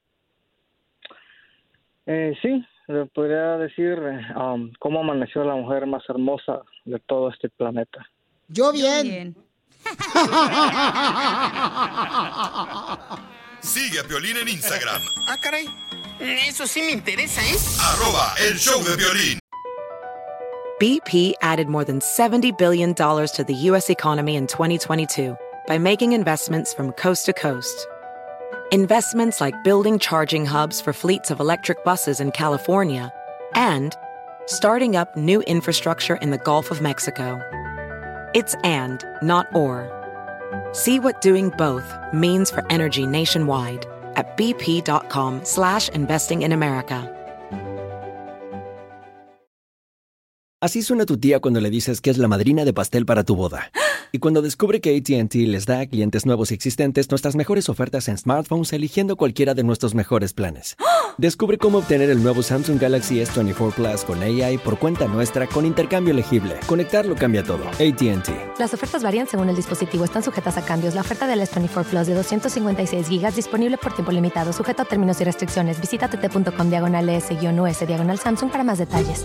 Sí, le podría decir cómo amaneció la mujer más hermosa de todo este planeta. Yo bien. Sigue a Piolín en Instagram. Ah, caray. Eso sí me interesa, ¿eh? @el show de Piolín. BP added more than $70 billion to the U.S. economy in 2022 by making investments from coast to coast. Investments like building charging hubs for fleets of electric buses in California and starting up new infrastructure in the Gulf of Mexico. It's and, not or. See what doing both means for energy nationwide at bp.com/investing in America. Así suena tu tía cuando le dices que es la madrina de pastel para tu boda. Y cuando descubre que AT&T les da a clientes nuevos y existentes nuestras mejores ofertas en smartphones eligiendo cualquiera de nuestros mejores planes. Descubre cómo obtener el nuevo Samsung Galaxy S24 Plus con AI por cuenta nuestra con intercambio elegible. Conectarlo cambia todo. AT&T. Las ofertas varían según el dispositivo. Están sujetas a cambios. La oferta del S24 Plus de 256 GB disponible por tiempo limitado. Sujeto a términos y restricciones. Visita tt.com/s-us/Samsung para más detalles.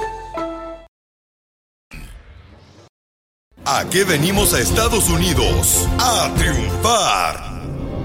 ¿A qué venimos a Estados Unidos? ¡A triunfar!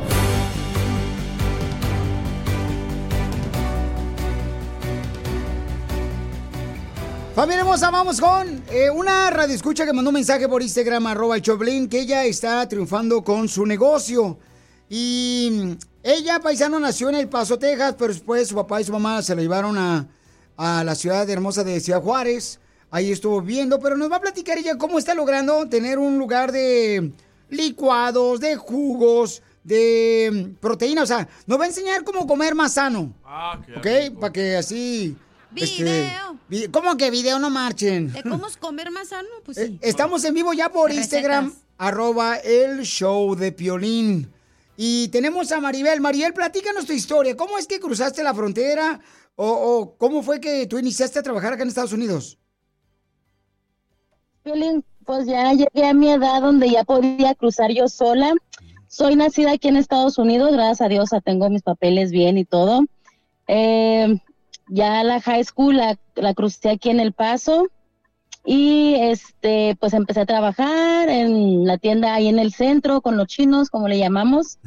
Familia hermosa, vamos con una radioescucha que mandó un mensaje por Instagram, @el Choplin, que ella está triunfando con su negocio. Y ella, paisano, nació en El Paso, Texas, pero después su papá y su mamá se la llevaron a la ciudad hermosa de Ciudad Juárez. Ahí estuvo viendo, pero nos va a platicar ella cómo está logrando tener un lugar de licuados, de jugos, de proteína. O sea, nos va a enseñar cómo comer más sano. ¿Ok? Para que así... ¡Video! ¿Cómo que video? No marchen. ¿De cómo comer más sano? Pues sí. Estamos en vivo ya por Recetas. Instagram, @el show de Piolín. Y tenemos a Maribel. Maribel, platícanos tu historia. ¿Cómo es que cruzaste la frontera? ¿O cómo fue que tú iniciaste a trabajar acá en Estados Unidos? Piolín, pues ya llegué a mi edad donde ya podía cruzar yo sola. Soy nacida aquí en Estados Unidos, gracias a Dios tengo mis papeles bien y todo. Ya la high school la crucé aquí en El Paso y pues empecé a trabajar en la tienda ahí en el centro con los chinos, como le llamamos,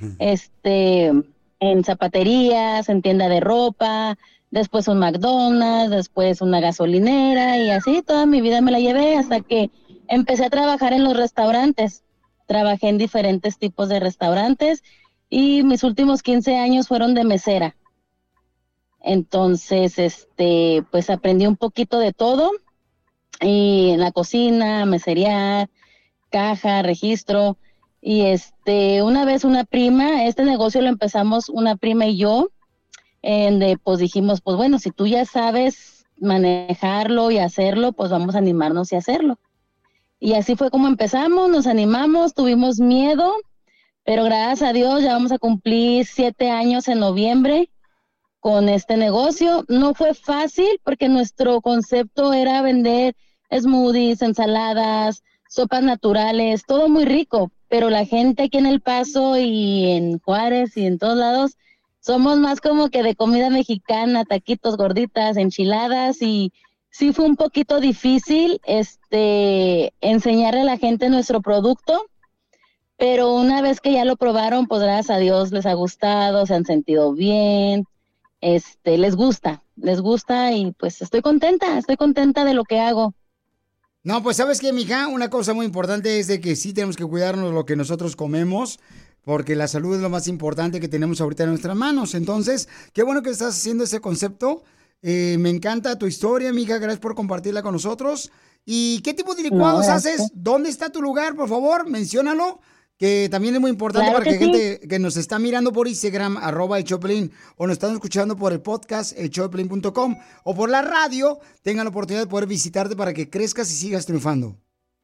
en zapaterías, en tienda de ropa, después un McDonald's, después una gasolinera y así toda mi vida me la llevé hasta que empecé a trabajar en los restaurantes. Trabajé en diferentes tipos de restaurantes y mis últimos 15 años fueron de mesera. Entonces, pues aprendí un poquito de todo y en la cocina, meserear caja, registro. Y una vez una prima, este negocio lo empezamos una prima y yo, pues dijimos, pues bueno, si tú ya sabes manejarlo y hacerlo, pues vamos a animarnos y hacerlo. Y así fue como empezamos, nos animamos, tuvimos miedo, pero gracias a Dios ya vamos a cumplir 7 años en noviembre con este negocio. No fue fácil porque nuestro concepto era vender smoothies, ensaladas, sopas naturales, todo muy rico, pero la gente aquí en El Paso y en Juárez y en todos lados somos más como que de comida mexicana, taquitos, gorditas, enchiladas, y sí fue un poquito difícil enseñarle a la gente nuestro producto, pero una vez que ya lo probaron, pues gracias a Dios les ha gustado, se han sentido bien, les gusta y pues estoy contenta de lo que hago. No, pues ¿sabes qué, mija? Una cosa muy importante es de que sí tenemos que cuidarnos lo que nosotros comemos, porque la salud es lo más importante que tenemos ahorita en nuestras manos. Entonces, qué bueno que estás haciendo ese concepto. Me encanta tu historia, mija. Gracias por compartirla con nosotros. ¿Y qué tipo de licuados haces? ¿Dónde está tu lugar? Por favor, menciónalo, que también es muy importante para que gente que nos está mirando por Instagram, @elshowpelín, o nos están escuchando por el podcast, elshowpelín.com, o por la radio, tengan la oportunidad de poder visitarte para que crezcas y sigas triunfando.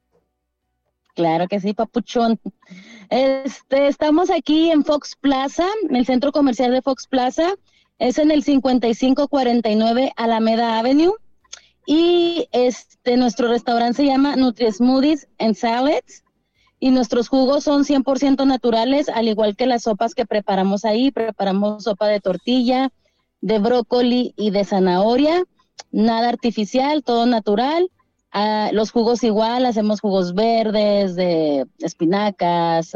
Claro que sí, papuchón. Estamos aquí en Fox Plaza, en el centro comercial de Fox Plaza. Es en el 5549 Alameda Avenue. Y nuestro restaurante se llama Nutri Smoothies and Salads. Y nuestros jugos son 100% naturales, al igual que las sopas que preparamos ahí. Preparamos sopa de tortilla, de brócoli y de zanahoria. Nada artificial, todo natural. Los jugos igual, hacemos jugos verdes, de espinacas,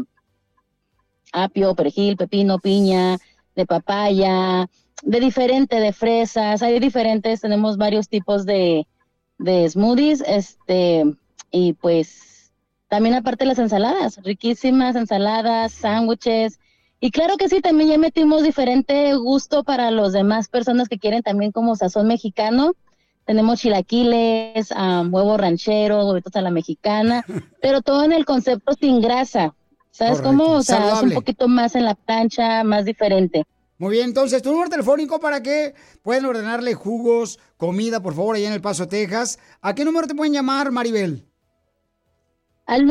apio, perejil, pepino, piña, de papaya, de fresas, hay diferentes, tenemos varios tipos de smoothies, y pues también aparte las ensaladas, riquísimas ensaladas, sándwiches, y claro que sí, también ya metimos diferente gusto para las demás personas que quieren también como sazón mexicano. Tenemos chilaquiles, huevo ranchero, huevitos a la mexicana, pero todo en el concepto sin grasa. ¿Sabes cómo? O sea, saludable. Es un poquito más en la plancha, más diferente. Muy bien, entonces, tu número telefónico para que puedan ordenarle jugos, comida, por favor, allá en El Paso, Texas. ¿A qué número te pueden llamar, Maribel? Al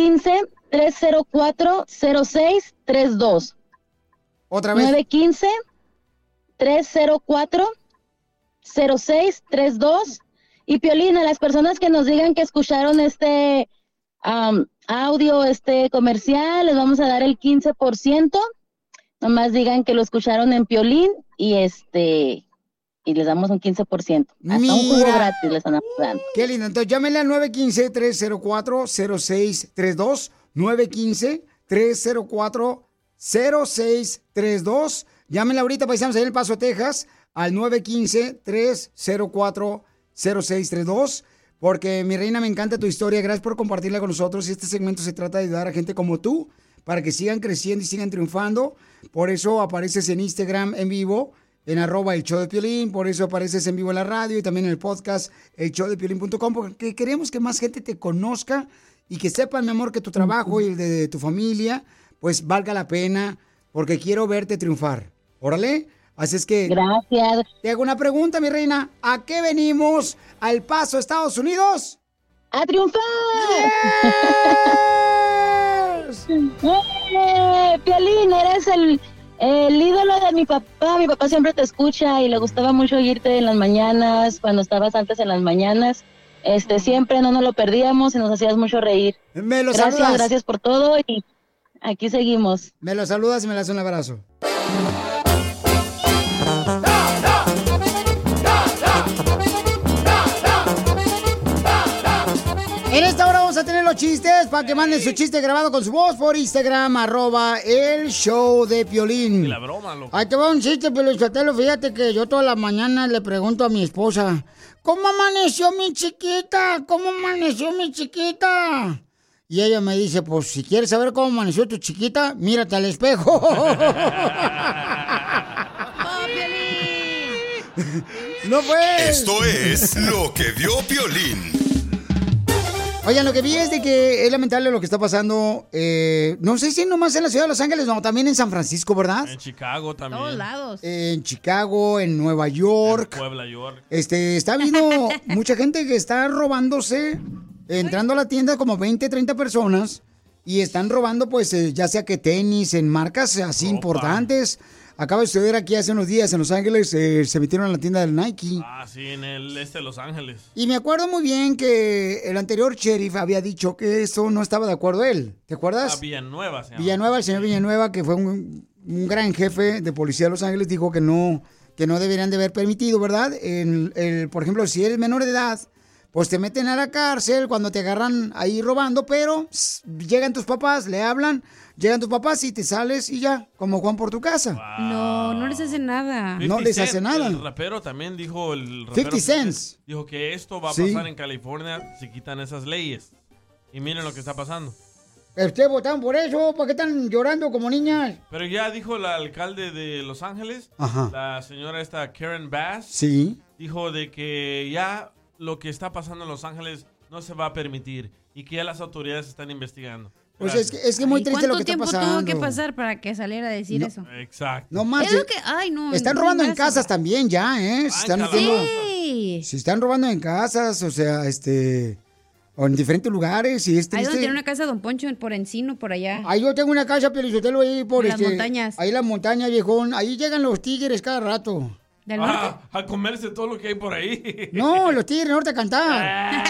915-304-0632. ¿Otra vez? 915-304-0632. Y Piolín, a las personas que nos digan que escucharon este audio, comercial, les vamos a dar el 15%. Nomás digan que lo escucharon en Piolín y y les damos un 15%. Hasta un jugo gratis les están dando. Qué lindo. Entonces llámenle al 915-304-0632. 915-304-0632. Llámenle ahorita, paisanos, ahí en El Paso, Texas, al 915-304-0632. Porque, mi reina, me encanta tu historia. Gracias por compartirla con nosotros. Y este segmento se trata de ayudar a gente como tú para que sigan creciendo y sigan triunfando. Por eso apareces en Instagram en vivo, en @elshowdepiolín. Por eso apareces en vivo en la radio y también en el podcast, elshowdepiolín.com, porque queremos que más gente te conozca y que sepan, mi amor, que tu trabajo y el de tu familia, pues valga la pena, porque quiero verte triunfar. Órale. Así es que... Gracias. Te hago una pregunta, mi reina. ¿A qué venimos a El Paso, Estados Unidos? ¡A triunfar! ¡Yes! Piolín, eres el ídolo de mi papá. Mi papá siempre te escucha y le gustaba mucho oírte en las mañanas, cuando estabas antes en las mañanas. Siempre no nos lo perdíamos y nos hacías mucho reír. Me lo saludas. Gracias por todo y aquí seguimos. Me lo saludas y me le das un abrazo. En esta hora vamos a tener los chistes para que manden su chiste grabado con su voz por Instagram, @elshowdepiolín. Y la broma, loco. Ahí te va un chiste, Pelizotelo. Fíjate que yo todas las mañanas le pregunto a mi esposa, ¿cómo amaneció mi chiquita? ¿Cómo amaneció mi chiquita? Y ella me dice, pues si quieres saber cómo amaneció tu chiquita, mírate al espejo. No pues. Esto es Lo que vio Piolín. Oigan, lo que vi es de que es lamentable lo que está pasando. No sé si nomás en la ciudad de Los Ángeles, no, también en San Francisco, ¿verdad? En Chicago también. Todos lados. En Chicago, en Nueva York. En Puebla, York. Está habiendo mucha gente que está robándose, entrando a la tienda como 20, 30 personas y están robando, pues, ya sea que tenis, en marcas así importantes. Acaba de suceder aquí hace unos días en Los Ángeles, se metieron en la tienda del Nike. Ah, sí, en el este de Los Ángeles. Y me acuerdo muy bien que el anterior sheriff había dicho que eso no estaba de acuerdo él. ¿Te acuerdas? Villanueva se llama. Villanueva, el señor Villanueva, que fue un gran jefe de policía de Los Ángeles, dijo que no deberían de haber permitido, ¿verdad? Por ejemplo, si eres menor de edad, pues te meten a la cárcel cuando te agarran ahí robando, pero llegan tus papás, le hablan, llegan tus papás y te sales y ya, como Juan por tu casa. No, no les hace nada. No les hace nada. El rapero también dijo, 50 Cent dijo que esto va a pasar en California si quitan esas leyes. Y miren lo que está pasando. ¿Ustedes votaron por eso? ¿Por qué están llorando como niñas? Pero ya dijo el alcalde de Los Ángeles, Ajá. la señora esta Karen Bass, sí, dijo de que ya lo que está pasando en Los Ángeles no se va a permitir y que ya las autoridades están investigando. Pues es que muy triste lo que está pasando. ¿Cuánto tiempo tuvo que pasar para que saliera a decir eso? Exacto. No más. Es lo que, ay, no. Están robando en casas también ya, ¿eh? Se están metiendo. Sí. Se están robando en casas, o sea, o en diferentes lugares y es triste. Ahí donde tiene una casa Don Poncho, por Encino, por allá. Ahí yo tengo una casa, Pelizotelo, ahí por las montañas. Ahí las montañas, viejón. Ahí llegan los tigres cada rato. ¿Del norte? A comerse todo lo que hay por ahí. No, los tigres del norte a cantar.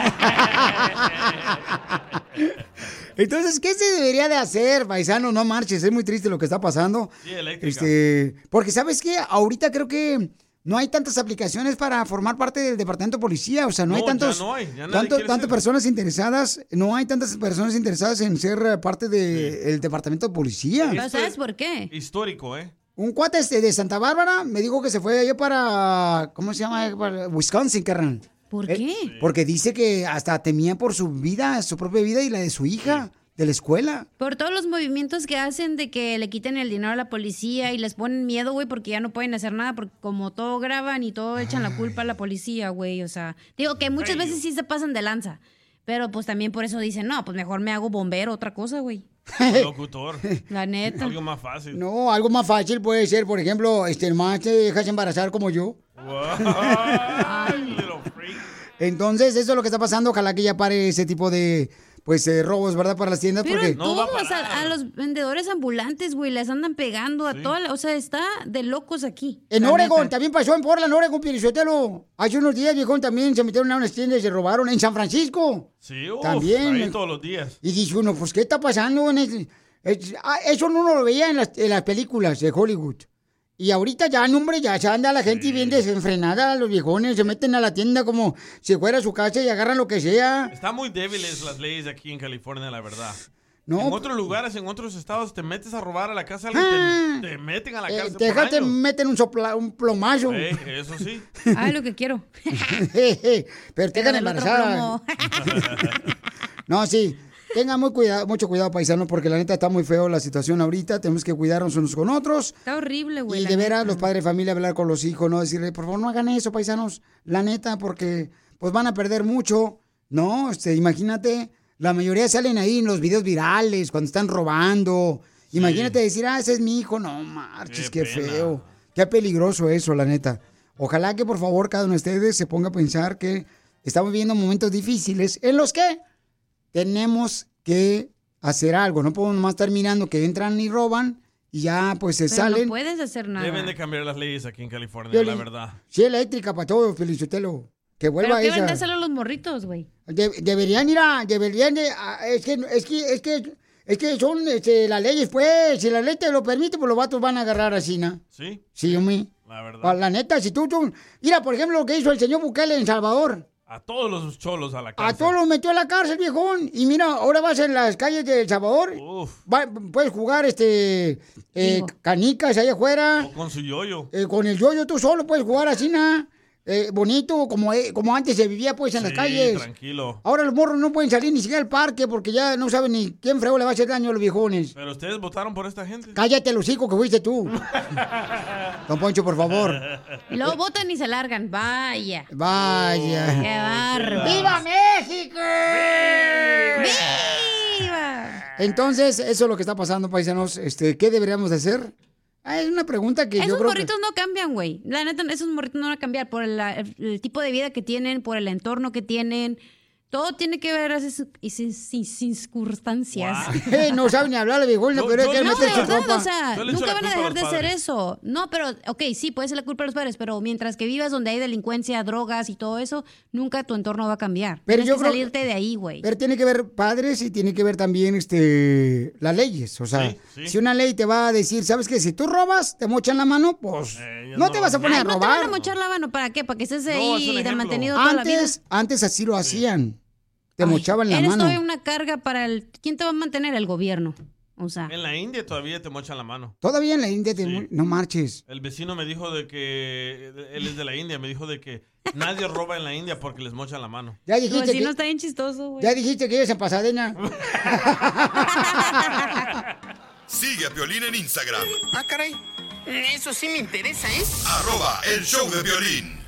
Entonces, ¿qué se debería de hacer, paisano? No marches, es muy triste lo que está pasando. Sí, eléctrica. Porque, ¿sabes qué? Ahorita creo que no hay tantas aplicaciones para formar parte del departamento de policía. O sea, no hay tantas personas interesadas. No hay tantas personas interesadas en ser parte del departamento de policía. ¿Pero sabes por qué? Histórico, ¿eh? Un cuate de Santa Bárbara me dijo que se fue allá para, ¿cómo se llama? Para Wisconsin, carnal. ¿Por qué? Porque dice que hasta temía por su vida, su propia vida y la de su hija, de la escuela. Por todos los movimientos que hacen de que le quiten el dinero a la policía y les ponen miedo, güey, porque ya no pueden hacer nada, porque como todo graban y todo echan la culpa a la policía, güey, o sea, digo que muchas veces sí se pasan de lanza, pero pues también por eso dicen, no, pues mejor me hago bombero, otra cosa, güey. Locutor. La neta. Algo más fácil. No, algo más fácil puede ser, por ejemplo, más te dejas embarazar como yo. Entonces, eso es lo que está pasando. Ojalá que ya pare ese tipo de, robos, ¿verdad? Para las tiendas. Pero porque todos a los vendedores ambulantes, güey, les andan pegando a todas. O sea, está de locos aquí. En Oregon, también pasó en Portland, Oregon, Pirizotelo. Hace unos días, viejón, también se metieron a unas tiendas y se robaron. En San Francisco. Sí, también. Ahí todos los días. Y dice uno, pues, ¿qué está pasando? Eso no lo veía en las películas de Hollywood. Y ahorita ya, no, hombre, ya se anda la gente bien desenfrenada, los viejones se meten a la tienda como si fuera su casa y agarran lo que sea. Están muy débiles las leyes aquí en California, la verdad. No, en otros lugares, en otros estados, te metes a robar a la casa de alguien, te meten a la cárcel te meten un plomazo. Eso sí. Ay, lo que quiero. Pero tengan embarazada. No, sí. Tengan mucho cuidado, paisanos, porque la neta está muy feo la situación ahorita. Tenemos que cuidarnos unos con otros. Está horrible, güey. Y de veras, los padres de familia, hablar con los hijos, ¿no? Decirle, por favor, no hagan eso, paisanos. La neta, porque pues van a perder mucho, ¿no? Imagínate, la mayoría salen ahí en los videos virales, cuando están robando. Sí. Imagínate decir, ese es mi hijo. No marches, qué feo. Qué peligroso eso, la neta. Ojalá que, por favor, cada uno de ustedes se ponga a pensar que estamos viviendo momentos difíciles en los que tenemos que hacer algo. No podemos más estar mirando que entran y roban y ya pues se salen. No puedes hacer nada. Deben de cambiar las leyes aquí en California, la verdad. Sí, eléctrica para todos, Felicitelo. Que vuelva ¿pero esa. qué venden a los morritos, güey? Deberían ir es que son las leyes, pues. Si la ley te lo permite, pues los vatos van a agarrar así, ¿no? Sí. Sí, hombre. La verdad. La neta, si tú... Mira, por ejemplo, lo que hizo el señor Bukele en Salvador. A todos los cholos a la cárcel. A todos los metió a la cárcel, viejón. Y mira, ahora vas en las calles de El Salvador. Puedes jugar canicas allá afuera. O con su yoyo. Con el yoyo tú solo puedes jugar así, nada. bonito, como antes se vivía pues en las calles. Tranquilo. Ahora los morros no pueden salir ni siquiera al parque porque ya no saben ni quién frego le va a hacer daño a los viejones. Pero ustedes votaron por esta gente. Cállate el hocico que fuiste tú. Don Poncho, por favor. Y luego votan y se largan. Vaya. Vaya. Qué bárbaro. ¡Viva México! ¡Viva! Entonces, eso es lo que está pasando, paisanos. ¿Qué deberíamos de hacer? Es una pregunta que yo Esos creo morritos no cambian, güey. La neta, esos morritos no van a cambiar por el tipo de vida que tienen, por el entorno que tienen. Todo tiene que ver y circunstancias. No saben ni hablar, viejona, pero hay que meterse ropa. O sea, nunca van a dejar de hacer eso. No, pero, ok, sí, puede ser la culpa de los padres, pero mientras que vivas donde hay delincuencia, drogas y todo eso, nunca tu entorno va a cambiar. Pero Tienes que salirte de ahí, güey. Pero tiene que ver padres y tiene que ver también las leyes. O sea, si una ley te va a decir, ¿sabes qué? Si tú robas, te mochan la mano, pues no te vas a poner a robar. No te van a mochar la mano, ¿para qué? ¿Para que estés ahí de mantenido toda la vida? Antes así lo hacían. Te mochaban la mano. Eres una carga para ¿Quién te va a mantener? El gobierno. O sea. En la India todavía te mochan la mano. Todavía en la India no marches. El vecino me dijo de que él es de la India, me dijo de que nadie roba en la India porque les mochan la mano. Ya dijiste tu vecino está bien chistoso, güey. Ya dijiste que vives en Pasadena. Sigue a Piolín en Instagram. Ah, caray. Eso sí me interesa, ¿eh? @elshowdepiolín.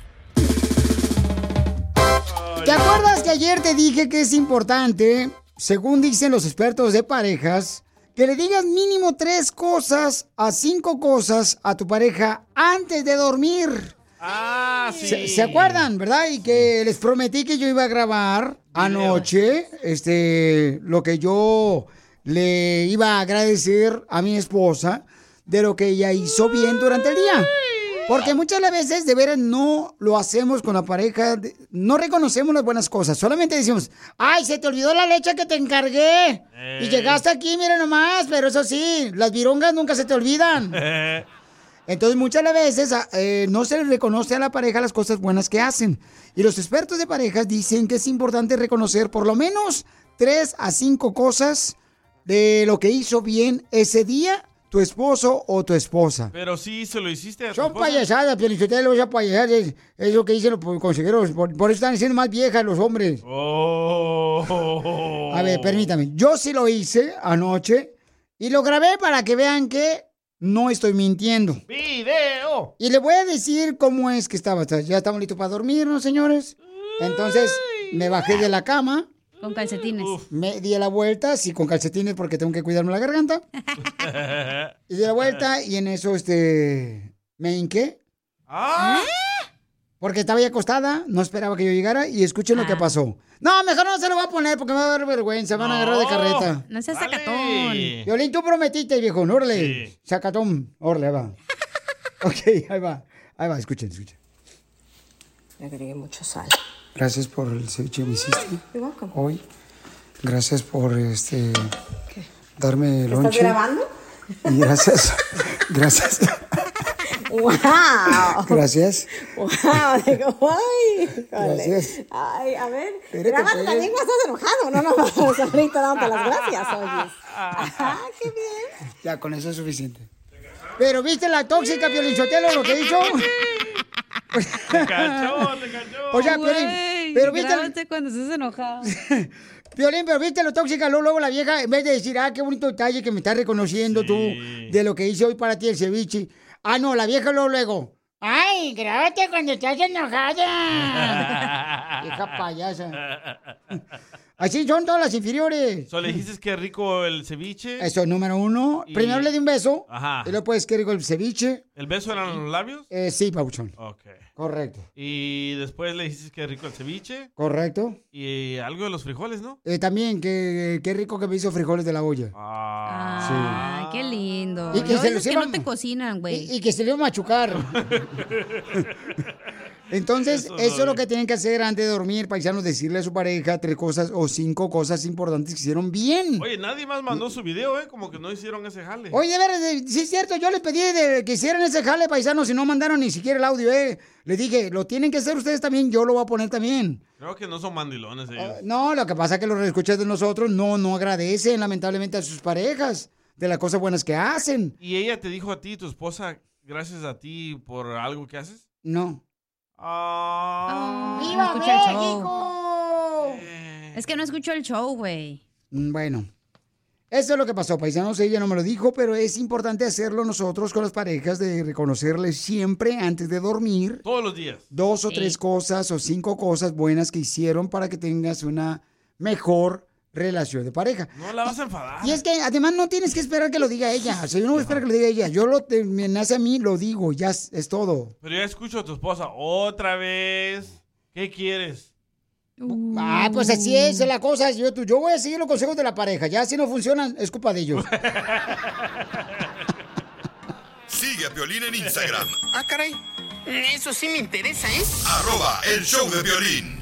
¿Te acuerdas que ayer te dije que es importante, según dicen los expertos de parejas, que le digas mínimo 3 cosas a 5 cosas a tu pareja antes de dormir? Ah, sí. ¿Se acuerdan, verdad? Y que les prometí que yo iba a grabar anoche lo que yo le iba a agradecer a mi esposa de lo que ella hizo bien durante el día. Porque muchas de las veces, de veras, no lo hacemos con la pareja, no reconocemos las buenas cosas, solamente decimos, ¡ay, se te olvidó la leche que te encargué! Y llegaste aquí, mira nomás, pero eso sí, las virongas nunca se te olvidan. Entonces, muchas de las veces no se les reconoce a la pareja las cosas buenas que hacen. Y los expertos de parejas dicen que es importante reconocer por lo menos 3 a 5 cosas de lo que hizo bien ese día tu esposo o tu esposa. Pero sí, se lo hiciste a tu Son esposa. payasadas, Piolichotelo, esas payasadas, es lo que dicen los consejeros. Por eso están siendo más viejas los hombres. A ver, permítame. Yo sí lo hice anoche y lo grabé para que vean que no estoy mintiendo. ¡Video! Y le voy a decir cómo es que estaba. Ya estamos listos para dormirnos, señores. Entonces, me bajé de la cama. Con calcetines. Me di la vuelta, sí, con calcetines porque tengo que cuidarme la garganta. Y di la vuelta y en eso, me hinqué. Porque estaba ya acostada, no esperaba que yo llegara y escuchen lo que pasó. No, mejor no se lo voy a poner porque me va a dar vergüenza, van a agarrar de carreta. No seas sacatón. Violín, tú prometiste, viejo, órale. Sí. Sacatón, órale, ahí va. Ok, ahí va, escuchen. Le agregué mucho sal. Gracias por el ceviche que me hiciste hoy. Gracias por darme lonche. ¿Estás grabando? Y gracias. ¡Wow! Gracias. ¡Wow! Digo, ¡ay! Gracias. Ay, a ver. Espérate, Grábate la lengua, estás enojado. No, ahorita dándote las gracias, oyes. ¡Ah, qué bien! Ya, con eso es suficiente. Pero, ¿viste la tóxica, Piolichotelo, lo que hizo? Te cachó. O sea, pero ¿viste? Grábate cuando estés enojado. Piolín, pero ¿viste lo tóxica? Luego la vieja, en vez de decir, qué bonito detalle que me estás reconociendo tú de lo que hice hoy para ti el ceviche. No, la vieja luego. ¡Ay, grábate cuando estás enojada! Hija payasa. Así son todas las inferiores. ¿Le dijiste que rico el ceviche? Eso, número 1. Primero le di un beso. Ajá. Y luego puedes que rico el ceviche. ¿El beso eran los labios? Sí, papuchón. Ok. Correcto. Y después le dijiste que rico el ceviche. Correcto. Y algo de los frijoles, ¿no? También, qué rico que me hizo frijoles de la olla. Ay, qué lindo. Y que que no te cocinan, güey. Y que se le iba a machucar. Entonces, eso es lo que tienen que hacer antes de dormir, paisanos, decirle a su pareja 3 cosas o 5 cosas importantes que hicieron bien. Oye, nadie más mandó su video, como que no hicieron ese jale. Oye, de veras, sí es cierto, yo les pedí que hicieran ese jale, paisanos, y no mandaron ni siquiera el audio, Les dije, lo tienen que hacer ustedes también, yo lo voy a poner también. Creo que no son mandilones ellos. No, lo que pasa es que los escuchas de nosotros no agradecen, lamentablemente, a sus parejas de las cosas buenas que hacen. ¿Y ella te dijo a ti, tu esposa, gracias a ti por algo que haces? No. ¡Viva México! Es que no escucho el show, güey. Bueno, eso es lo que pasó, paisanos. Ella no me lo dijo, pero es importante hacerlo nosotros con las parejas, de reconocerles siempre antes de dormir. Todos los días. 2 o 3 cosas o 5 cosas buenas que hicieron para que tengas una mejor relación de pareja. No la vas a enfadar. Y es que además no tienes que esperar que lo diga ella. O sea, yo no voy a esperar que lo diga ella. Me nace a mí, lo digo, ya es todo. Pero ya escucho a tu esposa otra vez. ¿Qué quieres? Pues así es la cosa. Yo voy a seguir los consejos de la pareja. Ya si no funcionan, es culpa de ellos. Sigue a Piolín en Instagram. Ah, caray. Eso sí me interesa, ¿eh? @el show de Piolín.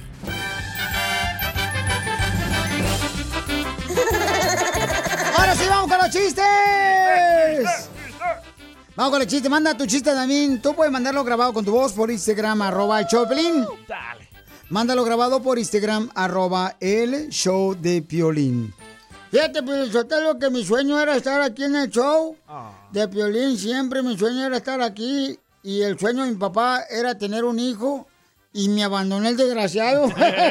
Ahora sí, vamos con los chistes. Vamos con el chiste. Manda tu chiste también. Tú puedes mandarlo grabado con tu voz por Instagram, @el show de Piolín. Dale. Mándalo grabado por Instagram, @el show de Piolín. Fíjate, Piolín, que mi sueño era estar aquí en el show de Piolín. Siempre mi sueño era estar aquí. Y el sueño de mi papá era tener un hijo. Y me abandonó el desgraciado.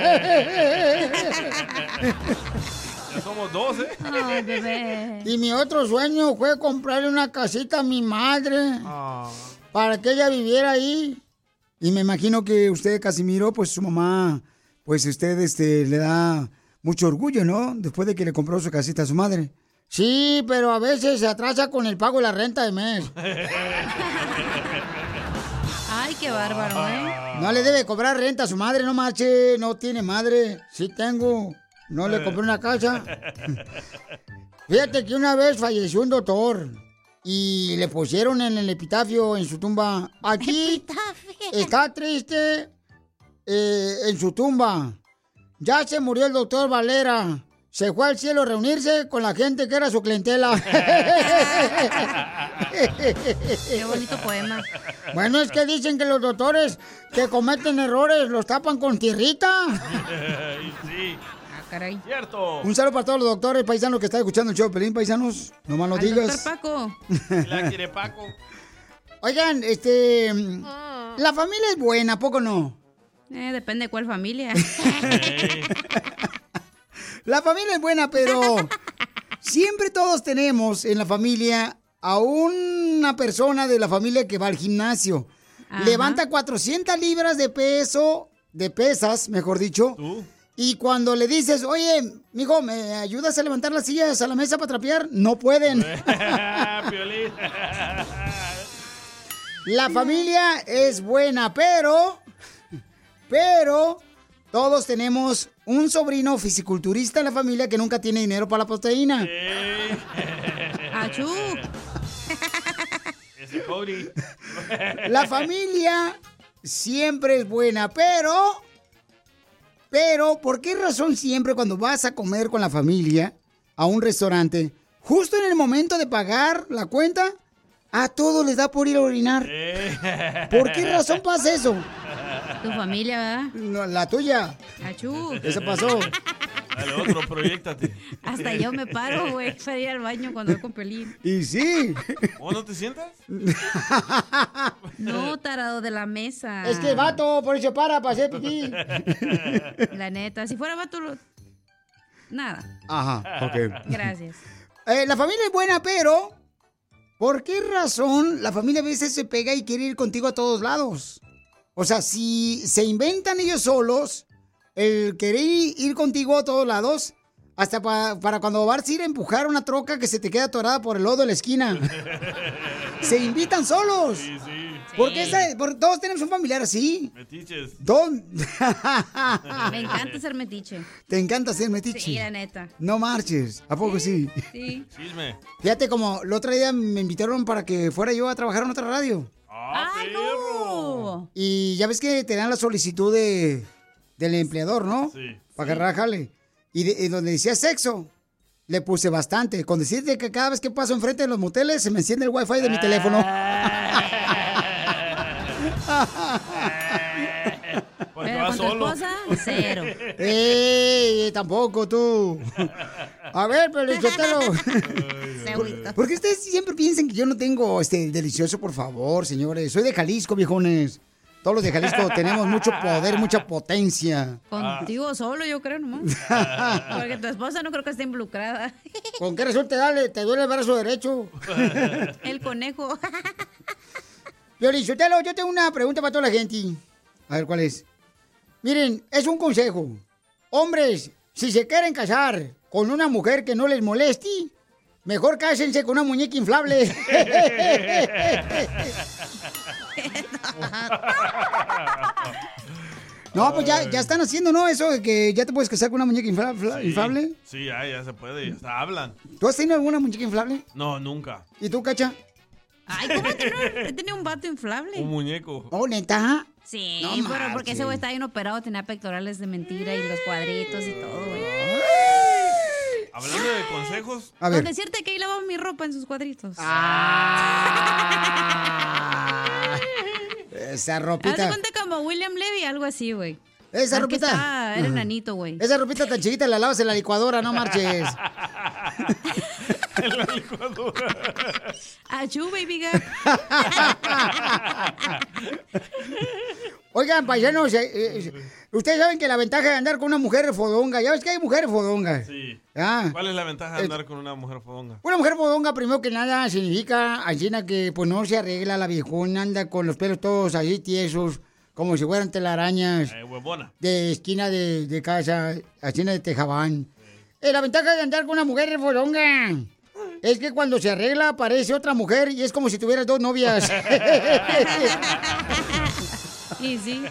Ya somos 2, ¿eh? Ay, bebé. Y mi otro sueño fue comprarle una casita a mi madre. Para que ella viviera ahí. Y me imagino que usted, Casimiro, pues su mamá, pues usted le da mucho orgullo, ¿no? Después de que le compró su casita a su madre. Sí, pero a veces se atrasa con el pago de la renta de mes. Ay, qué bárbaro, ¿eh? No le debe cobrar renta a su madre, no marche, no tiene madre. Sí tengo, no le compré una casa. Fíjate que una vez falleció un doctor. Y le pusieron en el epitafio, en su tumba, aquí está triste en su tumba. Ya se murió el doctor Valera. Se fue al cielo a reunirse con la gente que era su clientela. Qué bonito poema. Bueno, es que dicen que los doctores que cometen errores los tapan con tierrita. Sí. Caray. Cierto. Un saludo para todos los doctores paisanos que están escuchando el show de Pelín, paisanos. No más lo digas. Doctor Paco. La quiere Paco. Oigan, la familia es buena, ¿a poco no? Depende de cuál familia. La familia es buena, pero siempre todos tenemos en la familia a una persona de la familia que va al gimnasio. Ajá. Levanta 400 libras de peso, de pesas, mejor dicho. ¿Tú? Y cuando le dices, oye, mijo, ¿me ayudas a levantar las sillas a la mesa para trapear? No pueden. La familia es buena, pero todos tenemos un sobrino fisiculturista en la familia que nunca tiene dinero para la proteína. ¡Achú! Ese Cody. La familia siempre es buena, pero, ¿por qué razón siempre cuando vas a comer con la familia a un restaurante, justo en el momento de pagar la cuenta, a todos les da por ir a orinar? ¿Por qué razón pasa eso? Tu familia, ¿verdad? No, la tuya. Achú. Eso pasó. Dale, otro, proyéctate. Hasta yo me paro, güey, para ir al baño cuando voy con Pelín. Y sí. ¿O no te sientas? No, tarado de la mesa. Es que vato, por eso para hacer pipí. La neta, si fuera vato, nada. Ajá, ok. Gracias. La familia es buena, pero ¿por qué razón la familia a veces se pega y quiere ir contigo a todos lados? O sea, si se inventan ellos solos el querer ir contigo a todos lados, hasta para cuando vas a ir a empujar una troca que se te queda atorada por el lodo de la esquina. Se invitan solos. Sí, sí. Porque todos tenemos un familiar así. Metiches. Me encanta ser metiche. ¿Te encanta ser metiche? Sí, la neta. No marches. ¿A poco sí? Sí. Chisme. Fíjate, como el otro día me invitaron para que fuera yo a trabajar en otra radio. ¡Ay, no! Y ya ves que te dan la solicitud del empleador, ¿no? Sí. Para que rajale. Y donde decía sexo, le puse bastante. Con decirte que cada vez que paso enfrente de los moteles se me enciende el wifi de mi teléfono. Porque pero va con solo. tu esposa, 0. Tampoco tú. A ver, pero ¿por qué ustedes siempre piensan que yo no tengo delicioso, por favor, señores? Soy de Jalisco, viejones. Todos los de Jalisco tenemos mucho poder, mucha potencia. Contigo solo, yo creo, nomás. Porque tu esposa no creo que esté involucrada. ¿Con qué resulta? Dale, te duele el brazo derecho. El conejo. Piolín Sotelo, yo tengo una pregunta para toda la gente. A ver, ¿cuál es? Miren, es un consejo. Hombres, si se quieren casar con una mujer que no les moleste, mejor cásense con una muñeca inflable. No, pues ya están haciendo, ¿no? Eso de que ya te puedes casar con una muñeca inflable. Sí, ya se puede, ya hasta hablan. ¿Tú has tenido alguna muñeca inflable? No, nunca. ¿Y tú, Cacha? Ay, ¿cómo que no? He tenido un vato inflable. Un muñeco. Oh, ¿neta? Sí, No pero marches. porque ese güey está bien operado, tenía pectorales de mentira y los cuadritos y todo, güey. Hablando de consejos. A ver. Con decirte que ahí lavaba mi ropa en sus cuadritos. Esa Haz de ropita. cuenta como William Levy, algo así, güey. Esa Al que ropita. estaba, era enanito, güey. Esa ropita tan chiquita la lavas en la licuadora, no marches. En la licuadora. Achú, baby girl. Oigan, paisanos, ustedes saben que la ventaja de andar con una mujer fodonga, ya ves que hay mujeres fodongas. Sí. Ah. ¿Cuál es la ventaja de andar con una mujer fodonga? Una mujer fodonga, primero que nada, significa, Angina, que pues no se arregla la viejona, anda con los pelos todos así tiesos, como si fueran telarañas. Huevona. De esquina de casa, esquina de tejabán. La ventaja de andar con una mujer fodonga es que cuando se arregla aparece otra mujer y es como si tuvieras dos novias. Y sí.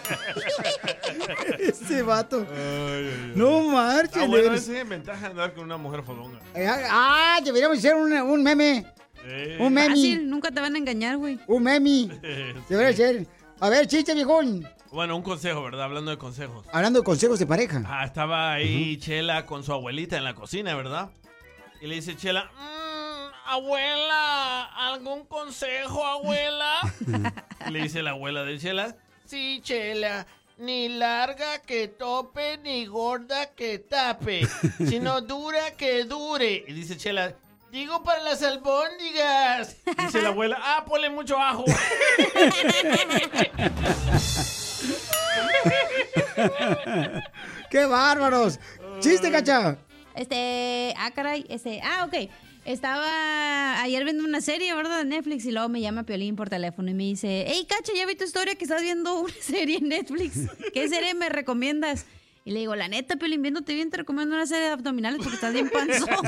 Este vato. No marches. Bueno, esa es ventaja de andar con una mujer fodonga. Deberíamos hacer un meme. Un meme. Fácil, nunca te van a engañar, güey. Un meme. Debería ser. A ver, chiste, viejón. Bueno, un consejo, ¿verdad? Hablando de consejos. Hablando de consejos de pareja. Estaba ahí Chela con su abuelita en la cocina, ¿verdad? Y le dice Chela, abuela, ¿algún consejo, abuela? Y le dice la abuela de Chela, sí, Chela, ni larga que tope, ni gorda que tape, sino dura que dure. Y dice Chela, digo para las albóndigas. Dice la abuela, ponle mucho ajo. ¡Qué bárbaros! ¡Chiste, Cacha! Caray, ok. Estaba ayer viendo una serie, ¿verdad? De Netflix y luego me llama Piolín por teléfono y me dice, hey, Cacha, ya vi tu historia que estás viendo una serie en Netflix. ¿Qué serie me recomiendas? Y le digo, la neta, Piolín, viéndote bien, te recomiendo una serie de abdominales porque estás bien panzón.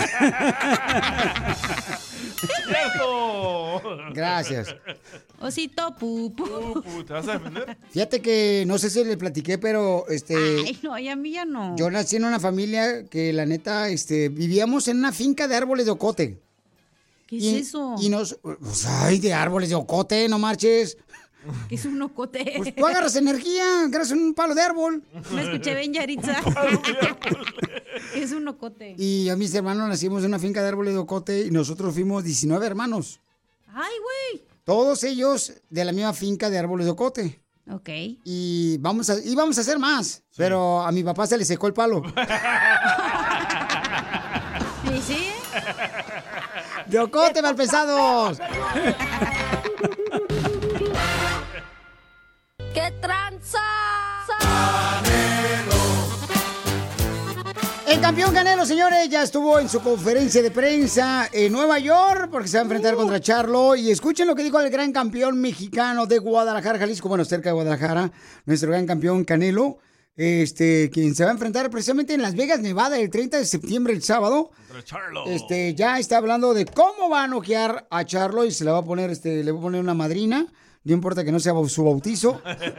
¡Cierto! Gracias. Osito, pupu. ¿Te vas a defender? Fíjate que no sé si le platiqué, pero Ay, no, y a mí ya no. yo nací en una familia que la neta, vivíamos en una finca de árboles de ocote. ¿Qué es eso? Y pues, ay, de árboles de ocote, no marches. ¿Qué es un ocote? Pues tú agarras energía, agarras un palo de árbol. Me escuché bien, Yaritza. ¿Qué es un ocote? Y a mis hermanos nacimos en una finca de árboles de ocote y nosotros fuimos 19 hermanos. Ay, güey. Todos ellos de la misma finca de árboles de ocote. Ok. Y íbamos a hacer más, pero a mi papá se le secó el palo. ¿Y sí? ¡De ocote, malpensados! ¡Qué tranza! El campeón Canelo, señores, ya estuvo en su conferencia de prensa en Nueva York porque se va a enfrentar contra Charlo. Y escuchen lo que dijo el gran campeón mexicano de Guadalajara, Jalisco, bueno, cerca de Guadalajara, nuestro gran campeón Canelo, quien se va a enfrentar precisamente en Las Vegas, Nevada, el 30 de septiembre, el sábado. Contra Charlo. Ya está hablando de cómo va a noquear a Charlo y se le va a poner, le va a poner una madrina. No importa que no sea su bautizo.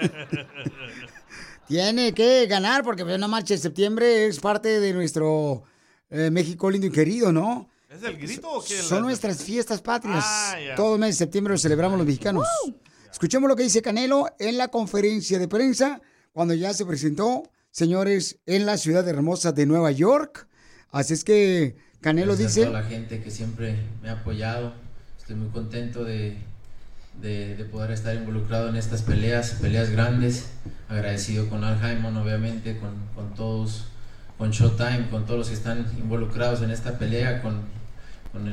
Tiene que ganar porque una marcha de septiembre es parte de nuestro México lindo y querido, ¿no? ¿Es el grito o qué? Son nuestras fiestas patrias. Ya. Todo el mes de septiembre lo celebramos los mexicanos. Escuchemos lo que dice Canelo en la conferencia de prensa cuando ya se presentó, señores, en la ciudad hermosa de Nueva York. Así es que Canelo Gracias dice... a toda la gente que siempre me ha apoyado. Estoy muy contento de poder estar involucrado en estas peleas grandes, agradecido con Al Haymon, obviamente, con todos, con Showtime, con todos los que están involucrados en esta pelea,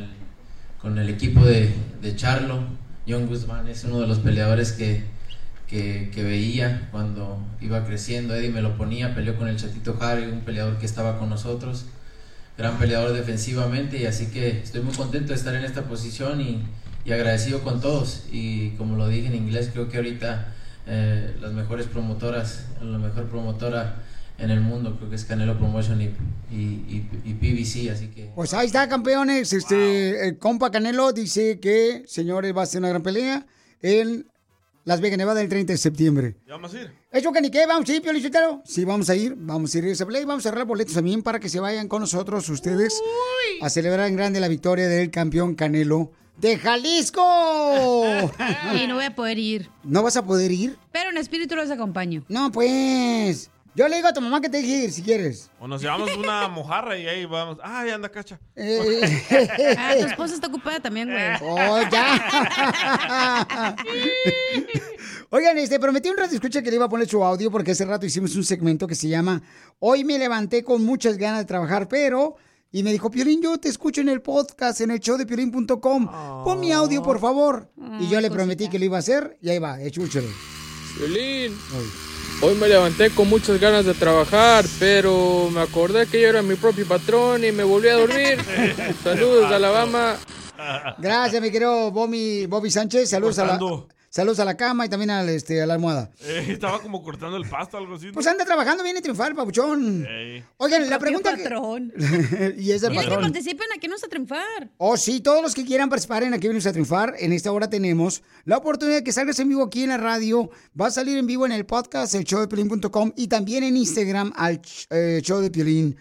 con el equipo de Charlo. John Guzmán es uno de los peleadores que que veía cuando iba creciendo. Eddie me lo ponía, peleó con el Chatito Harry, un peleador que estaba con nosotros, gran peleador defensivamente, y así que estoy muy contento de estar en esta posición y agradecido con todos. Y como lo dije en inglés, creo que ahorita las mejores promotoras, la mejor promotora en el mundo, creo que es Canelo Promotion y PBC, así que... Pues ahí está, campeones. El compa Canelo dice que, señores, va a ser una gran pelea en Las Vegas, Nevada, el 30 de septiembre. ¿Ya vamos a ir? ¿Eso que ni qué? ¿Vamos a ir, Pio Lichotero? Sí, vamos a ir a esa pelea y vamos a cerrar boletos también para que se vayan con nosotros ustedes a celebrar en grande la victoria del campeón Canelo de Jalisco. Y no voy a poder ir. ¿No vas a poder ir? Pero en espíritu los acompaño. No, pues... Yo le digo a tu mamá que te deje ir, si quieres. O nos llevamos una mojarra y ahí vamos. Ahí anda, Cacha. Tu esposa está ocupada también, güey. ¡Oh, ya! Oigan, prometí un rato, escucha que le iba a poner su audio porque hace rato hicimos un segmento que se llama Hoy me levanté con muchas ganas de trabajar, pero... Y me dijo, Piolín, yo te escucho en el podcast, en el showdepiolín.com. Pon mi audio, por favor. Y yo le prometí que lo iba a hacer y ahí va, escúchalo. Piolín. Hoy me levanté con muchas ganas de trabajar, pero me acordé que yo era mi propio patrón y me volví a dormir. Saludos, Alabama. Gracias, mi querido Bobby Sánchez. Saludos a la cama y también a la almohada. Estaba como cortando el pasto, algo así, ¿no? Pues anda trabajando, viene a triunfar, papuchón. Oigan, la pregunta... patrón. Y es el Dile patrón. que participen, aquí no a triunfar. Oh, sí, todos los que quieran participar en Aquí Venimos a Triunfar, en esta hora tenemos la oportunidad de que salgas en vivo aquí en la radio. Va a salir en vivo en el podcast, el showdepiolín.com, y también en Instagram, al show de Piolín.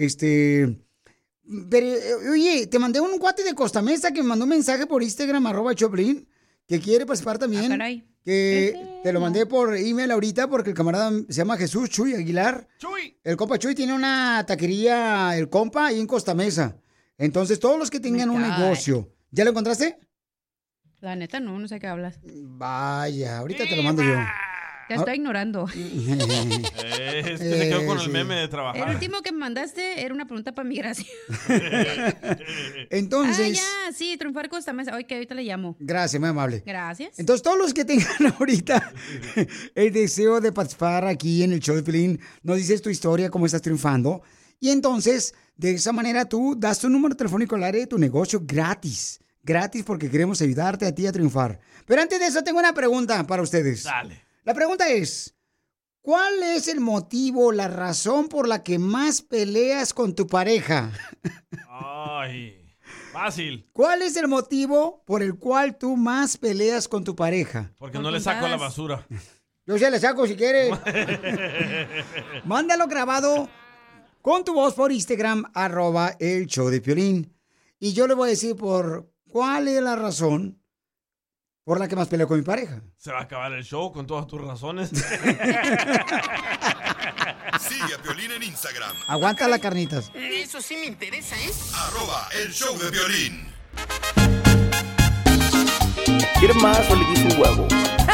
Pero, oye, te mandé un cuate de Costa Mesa que me mandó un mensaje por Instagram, @Choplin, que quiere participar también. Que te lo mandé por email ahorita porque el camarada se llama Jesús Chuy Aguilar. Chuy. El compa Chuy tiene una taquería, el compa, ahí en Costa Mesa. Entonces, todos los que tengan un negocio. ¿Ya lo encontraste? La neta, no sé qué hablas. Vaya, ahorita te lo mando yo. Te estoy ignorando. Es que se quedó con el meme de trabajar. El último que me mandaste era una pregunta para migración. Entonces... sí, triunfar Costa Mesa. Oye, que ahorita le llamo. Gracias, muy amable. Gracias. Entonces, todos los que tengan ahorita el deseo de participar aquí en el show de Piolín, nos dices tu historia, cómo estás triunfando. Y entonces, de esa manera, tú das tu número telefónico al área de tu negocio gratis. Gratis porque queremos ayudarte a ti a triunfar. Pero antes de eso, tengo una pregunta para ustedes. Dale. La pregunta es, ¿cuál es el motivo, la razón por la que más peleas con tu pareja? Ay, fácil. ¿Cuál es el motivo por el cual tú más peleas con tu pareja? Porque no le saco la basura. Yo se la saco si quieres. Mándalo grabado con tu voz por Instagram, @el show de Piolín. Y yo le voy a decir cuál es la razón por la que más peleo con mi pareja. Se va a acabar el show con todas tus razones. Sigue a Piolín en Instagram. Aguanta las carnitas. Eso sí me interesa, ¿eh? @el show de Piolín. ¿Quieres más o le quise un huevo?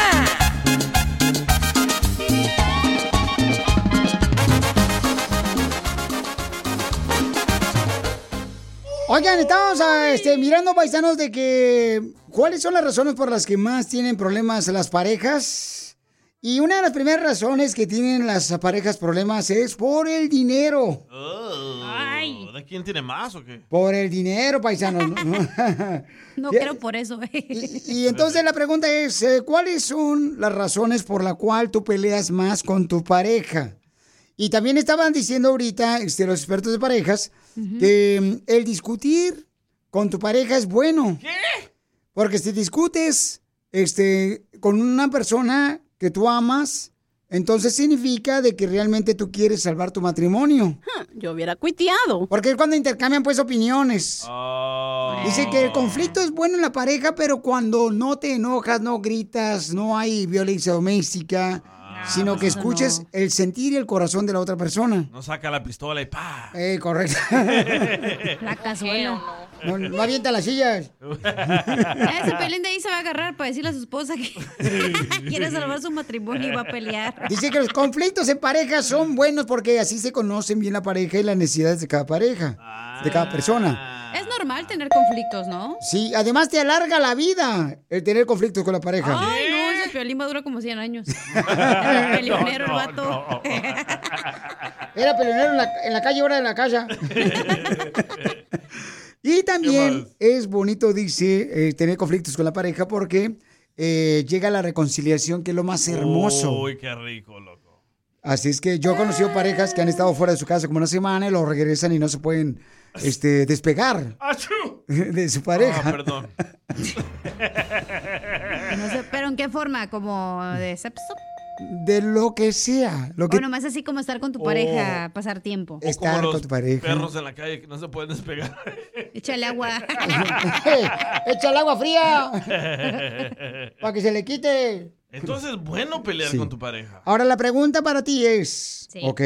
Oigan, estamos mirando, paisanos, de que ¿cuáles son las razones por las que más tienen problemas las parejas? Y una de las primeras razones que tienen las parejas problemas es por el dinero. ¿De quién tiene más o qué? Por el dinero, paisanos. No creo por eso. Y entonces la pregunta es, ¿cuáles son las razones por las cuales tú peleas más con tu pareja? Y también estaban diciendo ahorita los expertos de parejas que el discutir con tu pareja es bueno. ¿Qué? Porque si discutes con una persona que tú amas, entonces significa de que realmente tú quieres salvar tu matrimonio. Yo hubiera cuiteado. Porque es cuando intercambian pues opiniones. Dice que el conflicto es bueno en la pareja, pero cuando no te enojas, no gritas, no hay violencia doméstica, sino que escuches el sentir y el corazón de la otra persona. No saca la pistola y ¡pa! Correcto. La cazuela. No avienta las sillas. Ese Piolín de ahí se va a agarrar para decirle a su esposa que quiere salvar su matrimonio y va a pelear. Dice que los conflictos en pareja son buenos porque así se conocen bien la pareja y las necesidades de cada pareja, de cada persona. Es normal tener conflictos, ¿no? Sí, además te alarga la vida el tener conflictos con la pareja. Ay, no, eso de Piolín va a durar como 100 años. Era peleonero el vato. Era peleonero en la calle, ahora en la casa. Y también es bonito, dice, tener conflictos con la pareja porque llega la reconciliación, que es lo más hermoso. Uy, qué rico, loco. Así es que yo he conocido parejas que han estado fuera de su casa como una semana y luego regresan y no se pueden despegar de su pareja. Ah, perdón. No sé, pero ¿en qué forma? ¿Como de sexo? De lo que sea. O nomás así como estar con tu pareja, pasar tiempo. Estar con tu pareja. Perros en la calle que no se pueden despegar. Échale agua. Échale agua fría. Para que se le quite. Entonces es bueno pelear con tu pareja. Ahora la pregunta para ti es, ¿ok?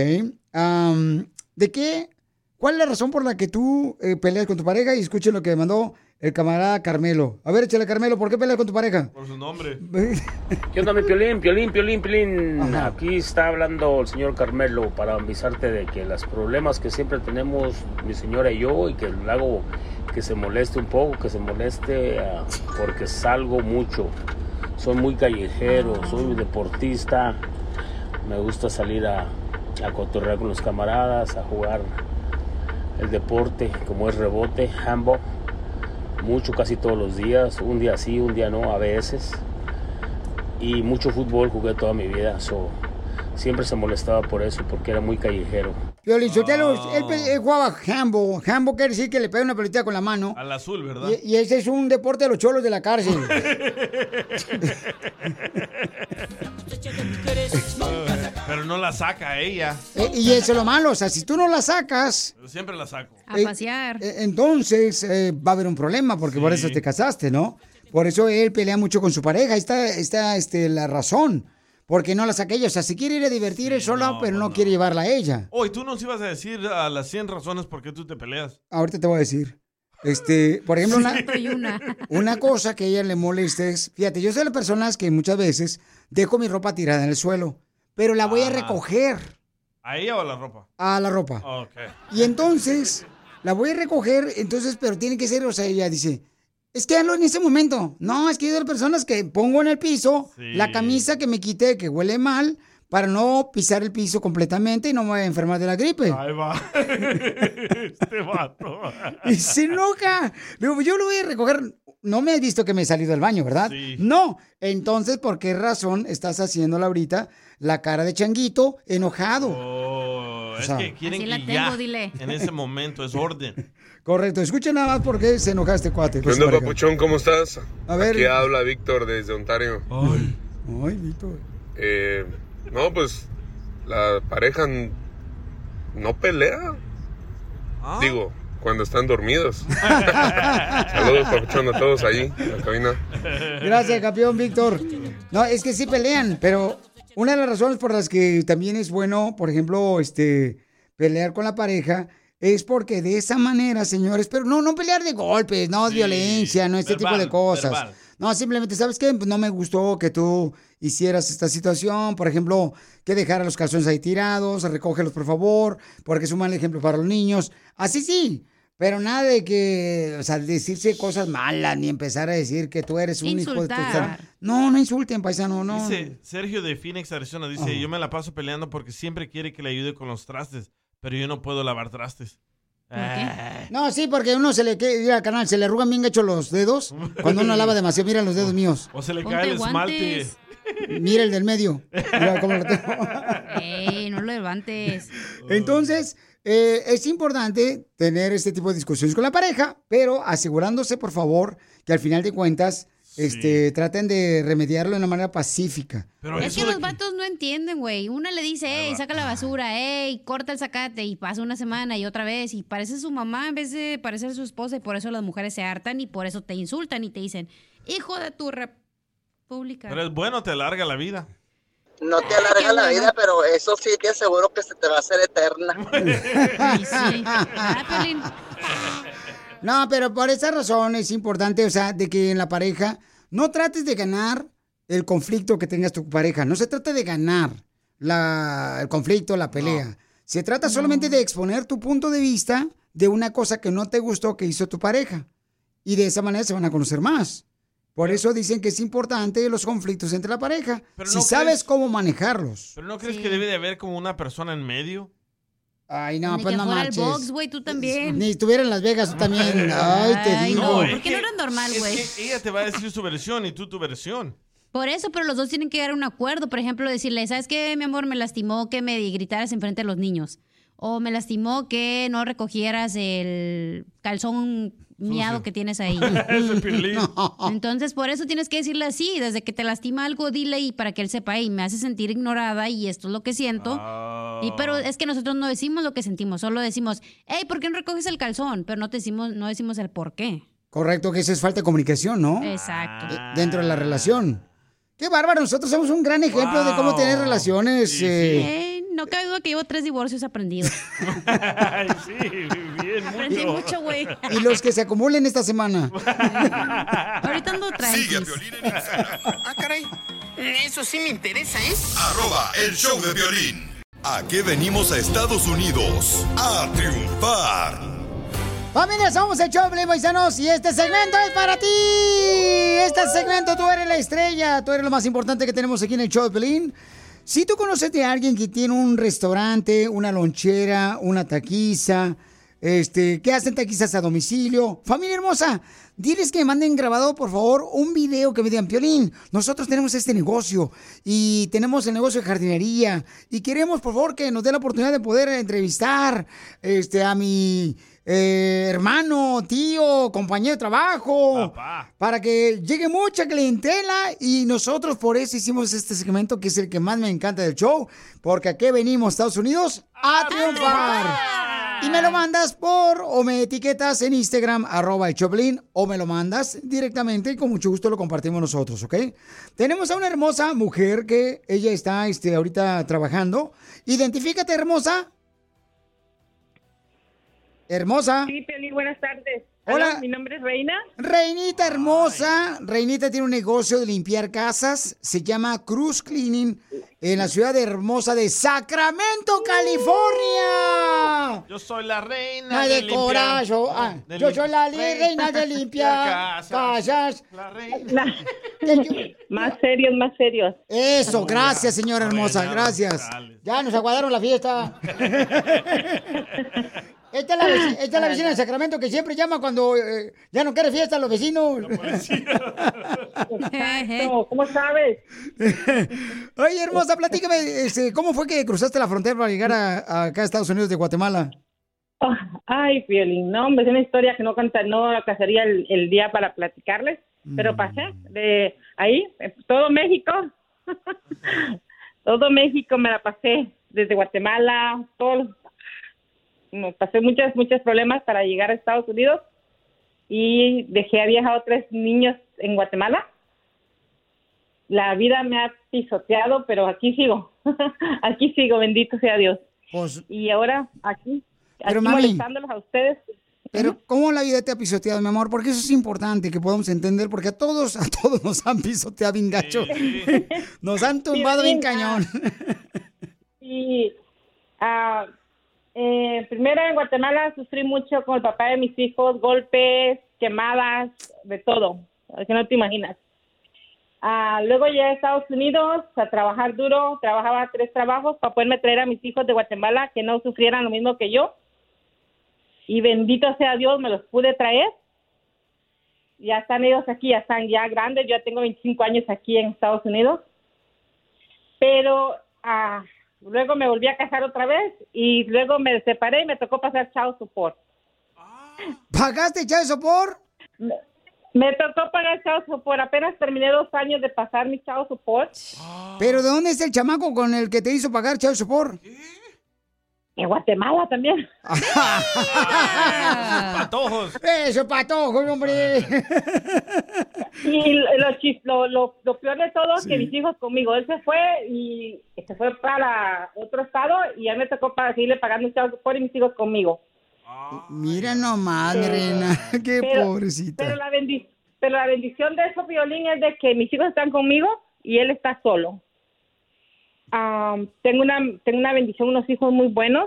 ¿Cuál es la razón por la que tú peleas con tu pareja? Y escuchen lo que mandó el camarada Carmelo. A ver, échale, Carmelo, ¿por qué peleas con tu pareja? Por su nombre. ¿Qué onda, mi Piolín? Ajá. Aquí está hablando el señor Carmelo para avisarte de que los problemas que siempre tenemos mi señora y yo, y que le hago que se moleste un poco, porque salgo mucho. Soy muy callejero, soy deportista, me gusta salir a cotorrear con los camaradas, a jugar el deporte como es rebote, handball, mucho, casi todos los días, un día sí, un día no, a veces, y mucho fútbol jugué toda mi vida, siempre se molestaba por eso, porque era muy callejero. Piolín Sotelo, él jugaba handball. Handball quiere decir que le pega una pelotita con la mano. Al azul, ¿verdad? Y ese es un deporte de los cholos de la cárcel. Pero no la saca ella. Y eso es lo malo, o sea, si tú no la sacas... Siempre la saco. A pasear. Entonces va a haber un problema, porque por eso te casaste, ¿no? Por eso él pelea mucho con su pareja. Ahí está la razón. Porque no la saca ella. O sea, se quiere ir a divertir él solo, pero no quiere llevarla a ella. Oye, tú nos ibas a decir a las 100 razones por qué tú te peleas. Ahorita te voy a decir. Por ejemplo, una cosa que a ella le molesta es... Fíjate, yo soy de las personas que muchas veces dejo mi ropa tirada en el suelo, pero la voy a recoger. ¿A ella o a la ropa? A la ropa. Okay. Y entonces, la voy a recoger, pero tiene que ser, o sea, ella dice... Es que hazlo en ese momento. No, es que yo de las personas que pongo en el piso la camisa que me quité, que huele mal, para no pisar el piso completamente y no me voy a enfermar de la gripe. Ahí va. Este vato. Y se enoja. Digo, yo lo voy a recoger. No me has visto que me he salido del baño, ¿verdad? Sí. No. Entonces, ¿por qué razón estás haciéndola ahorita la cara de changuito enojado? Es que quieren que ya, en ese momento, es orden. Correcto. Escucha nada más por qué se enoja este cuate. ¿Qué onda, papuchón? ¿Cómo estás? A ver. Aquí habla Víctor desde Ontario. Ay, Víctor. No, pues la pareja no pelea. Digo, cuando están dormidos. Saludos, papuchón, a todos ahí en la cabina. Gracias, campeón Víctor. No, es que sí pelean, pero una de las razones por las que también es bueno, por ejemplo, pelear con la pareja, es porque de esa manera, señores, pero no pelear de golpes, no violencia, no este tipo de cosas. Verbal. No, simplemente, ¿sabes qué? Pues no me gustó que tú hicieras esta situación, por ejemplo, que dejara los calzones ahí tirados, recógelos por favor, porque es un mal ejemplo para los niños. Así sí, pero nada de que, o sea, decirse cosas malas, ni empezar a decir que tú eres un hijo de tu... No insulten, paisano, no. Dice Sergio de Phoenix, Arizona, dice, yo me la paso peleando porque siempre quiere que le ayude con los trastes, pero yo no puedo lavar trastes. No, sí, porque uno se le mira, carnal, se le arrugan bien hechos los dedos cuando uno lava demasiado. Mira los dedos míos. O se le cae el esmalte. Mira el del medio. Mira cómo lo tengo. No lo levantes. Entonces, es importante tener este tipo de discusiones con la pareja, pero asegurándose, por favor, que al final de cuentas traten de remediarlo de una manera pacífica. Pero es que los vatos no entienden, güey. Una le dice, saca la basura, corta el zacate, y pasa una semana y otra vez, y parece su mamá en vez de parecer su esposa, y por eso las mujeres se hartan, y por eso te insultan y te dicen, hijo de tu república. Pero es bueno, te alarga la vida. No te alarga la vida, pero eso sí te aseguro que se te va a hacer eterna. Sí. No, pero por esa razón es importante, o sea, de que en la pareja no trates de ganar el conflicto que tengas tu pareja. No se trata de ganar el conflicto, la pelea. No. Se trata solamente de exponer tu punto de vista de una cosa que no te gustó que hizo tu pareja. Y de esa manera se van a conocer más. Por eso dicen que es importante los conflictos entre la pareja. Pero si ¿no sabes cómo manejarlos. ¿Pero no crees que debe de haber como una persona en medio? Ay, no, Ni pues que no fuera marches. el box, güey, tú también. Ni estuviera en Las Vegas, tú también. Ay, te digo. No, ¿por qué no eres normal, güey? Es que ella te va a decir su versión y tú tu versión. Por eso, pero los dos tienen que llegar a un acuerdo. Por ejemplo, decirle, ¿sabes qué, mi amor? Me lastimó que me gritaras enfrente de los niños. O me lastimó que no recogieras el calzón miado que tienes ahí. Ese Piolín. Entonces, por eso tienes que decirle así. Desde que te lastima algo, dile y para que él sepa, y me hace sentir ignorada y esto es lo que siento. Pero es que nosotros no decimos lo que sentimos, solo decimos, hey, ¿por qué no recoges el calzón? Pero no decimos el por qué. Correcto, que eso es falta de comunicación, ¿no? Exacto. Dentro de la relación. Qué bárbaro, nosotros somos un gran ejemplo de cómo tener relaciones. No cabe duda que llevo 3 divorcios aprendidos. Ay, sí, bien, Aprendí mucho, güey. Y los que se acumulen esta semana. Ahorita ando Sigue a tranquis. Piolín en Instagram. Ah, caray. Eso sí me interesa, ¿eh? @el show de Piolín. ¿A qué venimos a Estados Unidos? A triunfar. Familia, somos el show de Piolín, paisanos, y este segmento es para ti. Este segmento, tú eres la estrella, tú eres lo más importante que tenemos aquí en el show de Piolín. Si tú conoces de alguien que tiene un restaurante, una lonchera, una taquiza, que hacen taquizas a domicilio, familia hermosa, diles que me manden grabado, por favor, un video que me digan, Piolín, nosotros tenemos este negocio y tenemos el negocio de jardinería y queremos, por favor, que nos dé la oportunidad de poder entrevistar a mi hermano, tío, compañero de trabajo, para que llegue mucha clientela, y nosotros por eso hicimos este segmento que es el que más me encanta del show, porque aquí venimos, Estados Unidos, a triunfar. Y me lo mandas o me etiquetas en Instagram, @el Choplin, o me lo mandas directamente y con mucho gusto lo compartimos nosotros, ¿ok? Tenemos a una hermosa mujer que ella está ahorita trabajando. Identifícate, hermosa. Hermosa. Sí, Piolín, buenas tardes. Hola. Mi nombre es Reina. Reinita hermosa. Reinita tiene un negocio de limpiar casas. Se llama Cruz Cleaning en la ciudad hermosa de Sacramento, California. Yo soy la reina de corazón. Yo soy la reina de limpiar casas. La reina. Más serios. Eso, gracias, señora hermosa. Gracias. Ya nos aguardaron la fiesta. Esta es la vecina de Sacramento que siempre llama cuando ya no quiere fiesta a los vecinos. Exacto. ¿Cómo sabes? Oye, hermosa, platícame, ¿cómo fue que cruzaste la frontera para llegar acá a Estados Unidos de Guatemala? Ay, Piolín, no, hombre, es una historia que no alcanzaría el día para platicarles, pero pasé de ahí, todo México, todo México me la pasé, desde Guatemala, pasé muchos problemas para llegar a Estados Unidos y dejé viajado 3 niños en Guatemala. La vida me ha pisoteado, pero aquí sigo, bendito sea Dios. Pues, y ahora aquí mami, molestándolos a ustedes. Pero ¿cómo la vida te ha pisoteado, mi amor? Porque eso es importante que podamos entender, porque a todos nos han pisoteado bien gacho. Nos han tumbado bien cañón. Y primero en Guatemala sufrí mucho con el papá de mis hijos, golpes, quemadas, de todo, que no te imaginas. Luego llegué a Estados Unidos a trabajar duro, trabajaba 3 trabajos para poderme traer a mis hijos de Guatemala que no sufrieran lo mismo que yo. Y bendito sea Dios, me los pude traer. Ya están ellos aquí, ya están ya grandes, yo ya tengo 25 años aquí en Estados Unidos. Pero luego me volví a casar otra vez y luego me separé y me tocó pasar child support. ¿Pagaste child support? Me tocó pagar child support. Apenas terminé 2 años de pasar mi child support. ¿Pero de dónde es el chamaco con el que te hizo pagar child support? En Guatemala también. Patojos. Eso, patojos, hombre. Y lo peor de todo es que mis hijos conmigo. Él se fue y se fue para otro estado y ya me tocó para seguirle pagando el child support y mis hijos conmigo. Mira nomás, mi reina. Qué pobrecita. Pero la bendición de eso, Piolín, es de que mis hijos están conmigo y él está solo. Tengo una bendición, unos hijos muy buenos.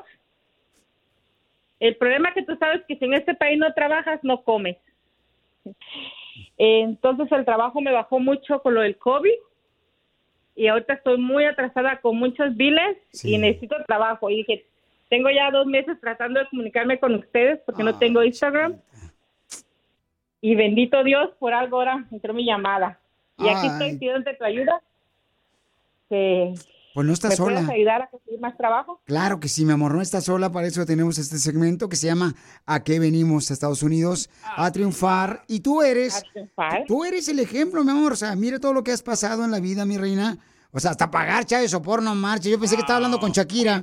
El problema que tú sabes que si en este país no trabajas, no comes. Entonces el trabajo me bajó mucho con lo del COVID y ahorita estoy muy atrasada con muchos biles y necesito trabajo. Y dije, tengo ya 2 meses tratando de comunicarme con ustedes porque no tengo Instagram. Y bendito Dios, por algo ahora entró mi llamada. Y aquí estoy pidiéndote tu ayuda. Pues no estás sola. ¿Me puedes ayudar a conseguir más trabajo? Claro que sí, mi amor, no estás sola. Para eso tenemos este segmento que se llama ¿A qué venimos a Estados Unidos? A triunfar. Y tú eres el ejemplo, mi amor. O sea, mire todo lo que has pasado en la vida, mi reina. O sea, hasta pagar chave sopor no marcha. Yo pensé que estaba hablando con Shakira.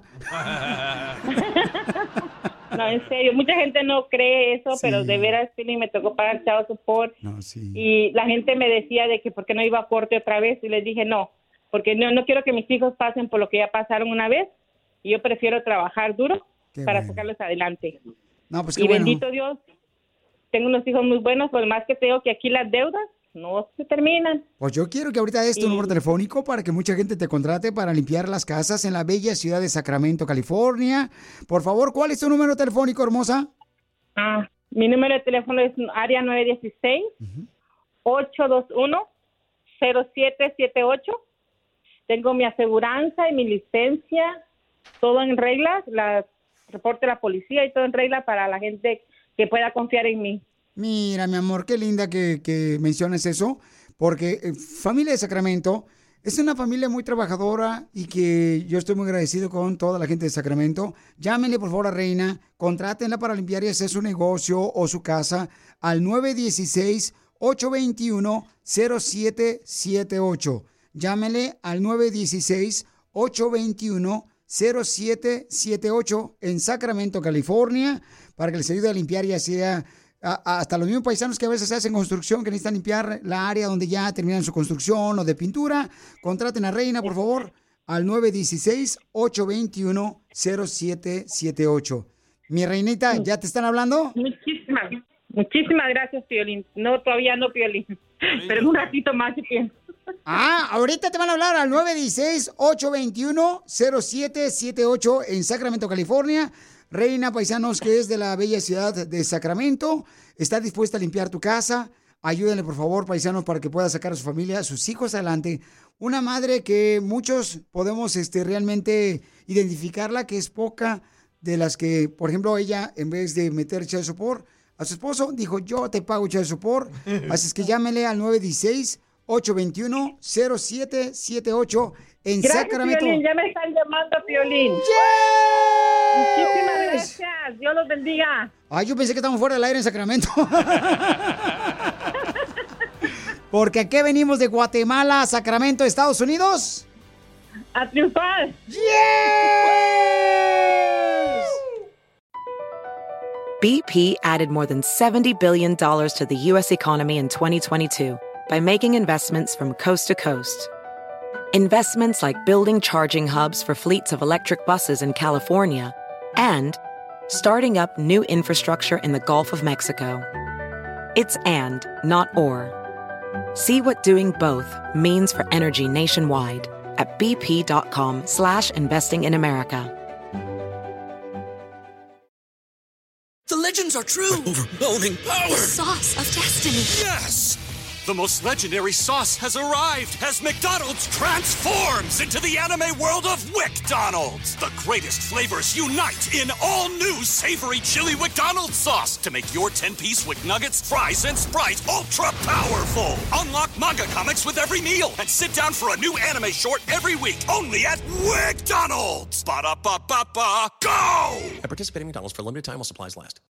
No, en serio, mucha gente no cree eso, pero de veras, Piolín, me tocó pagar chavo support. Y la gente me decía de que por qué no iba a corte otra vez, y les dije no, porque no quiero que mis hijos pasen por lo que ya pasaron una vez, y yo prefiero trabajar duro para sacarlos adelante. No, pues y bendito Dios, tengo unos hijos muy buenos, por más que tengo que aquí las deudas no se terminan. Pues yo quiero que ahorita des tu número telefónico para que mucha gente te contrate para limpiar las casas en la bella ciudad de Sacramento, California. Por favor, ¿cuál es tu número telefónico, hermosa? Mi número de teléfono es área 916-821-0778. Tengo mi aseguranza y mi licencia, todo en regla, reporte a la policía y todo en regla para la gente que pueda confiar en mí. Mira, mi amor, qué linda que menciones eso, porque familia de Sacramento es una familia muy trabajadora y que yo estoy muy agradecido con toda la gente de Sacramento. Llámenle, por favor, a Reina, contrátenla para limpiar y hacer su negocio o su casa al 916-821-0778. Llámenle al 916-821-0778 en Sacramento, California, para que les ayude a limpiar y sea hasta los mismos paisanos que a veces hacen construcción, que necesitan limpiar la área donde ya terminan su construcción o de pintura. Contraten a Reina, por favor, al 916-821-0778. Mi reinita, ¿ya te están hablando? Muchísimas gracias, Piolín. No, todavía no, Piolín. Pero en un ratito más, yo pienso. Ahorita te van a hablar al 916-821-0778 en Sacramento, California. Reina, paisanos, que es de la bella ciudad de Sacramento, está dispuesta a limpiar tu casa. Ayúdenle, por favor, paisanos, para que pueda sacar a su familia, a sus hijos adelante. Una madre que muchos podemos realmente identificarla, que es poca de las que, por ejemplo, ella, en vez de meter child support a su esposo, dijo, yo te pago child support. Así es que llámele al 916-821-0778 en Gracias, Sacramento. Piolín, ya me están llamando, Piolín. Muchísimas gracias. Dios los bendiga. Yo pensé que estamos fuera del aire en Sacramento. Porque aquí venimos de Guatemala a Sacramento, Estados Unidos. A triunfar. ¡Yes! BP added more than $70 billion to the U.S. economy in 2022 by making investments from coast to coast. Investments like building charging hubs for fleets of electric buses in California and starting up new infrastructure in the Gulf of Mexico. It's and, not or. See what doing both means for energy nationwide at bp.com/investing in America. The legends are true. Overwhelming power! The sauce of destiny. Yes! The most legendary sauce has arrived as McDonald's transforms into the anime world of WickDonald's. The greatest flavors unite in all new savory chili McDonald's sauce to make your 10-piece Wick Nuggets, fries, and Sprite ultra-powerful. Unlock manga comics with every meal and sit down for a new anime short every week only at WickDonald's. Ba-da-ba-ba-ba, go! At participating McDonald's for a limited time while supplies last.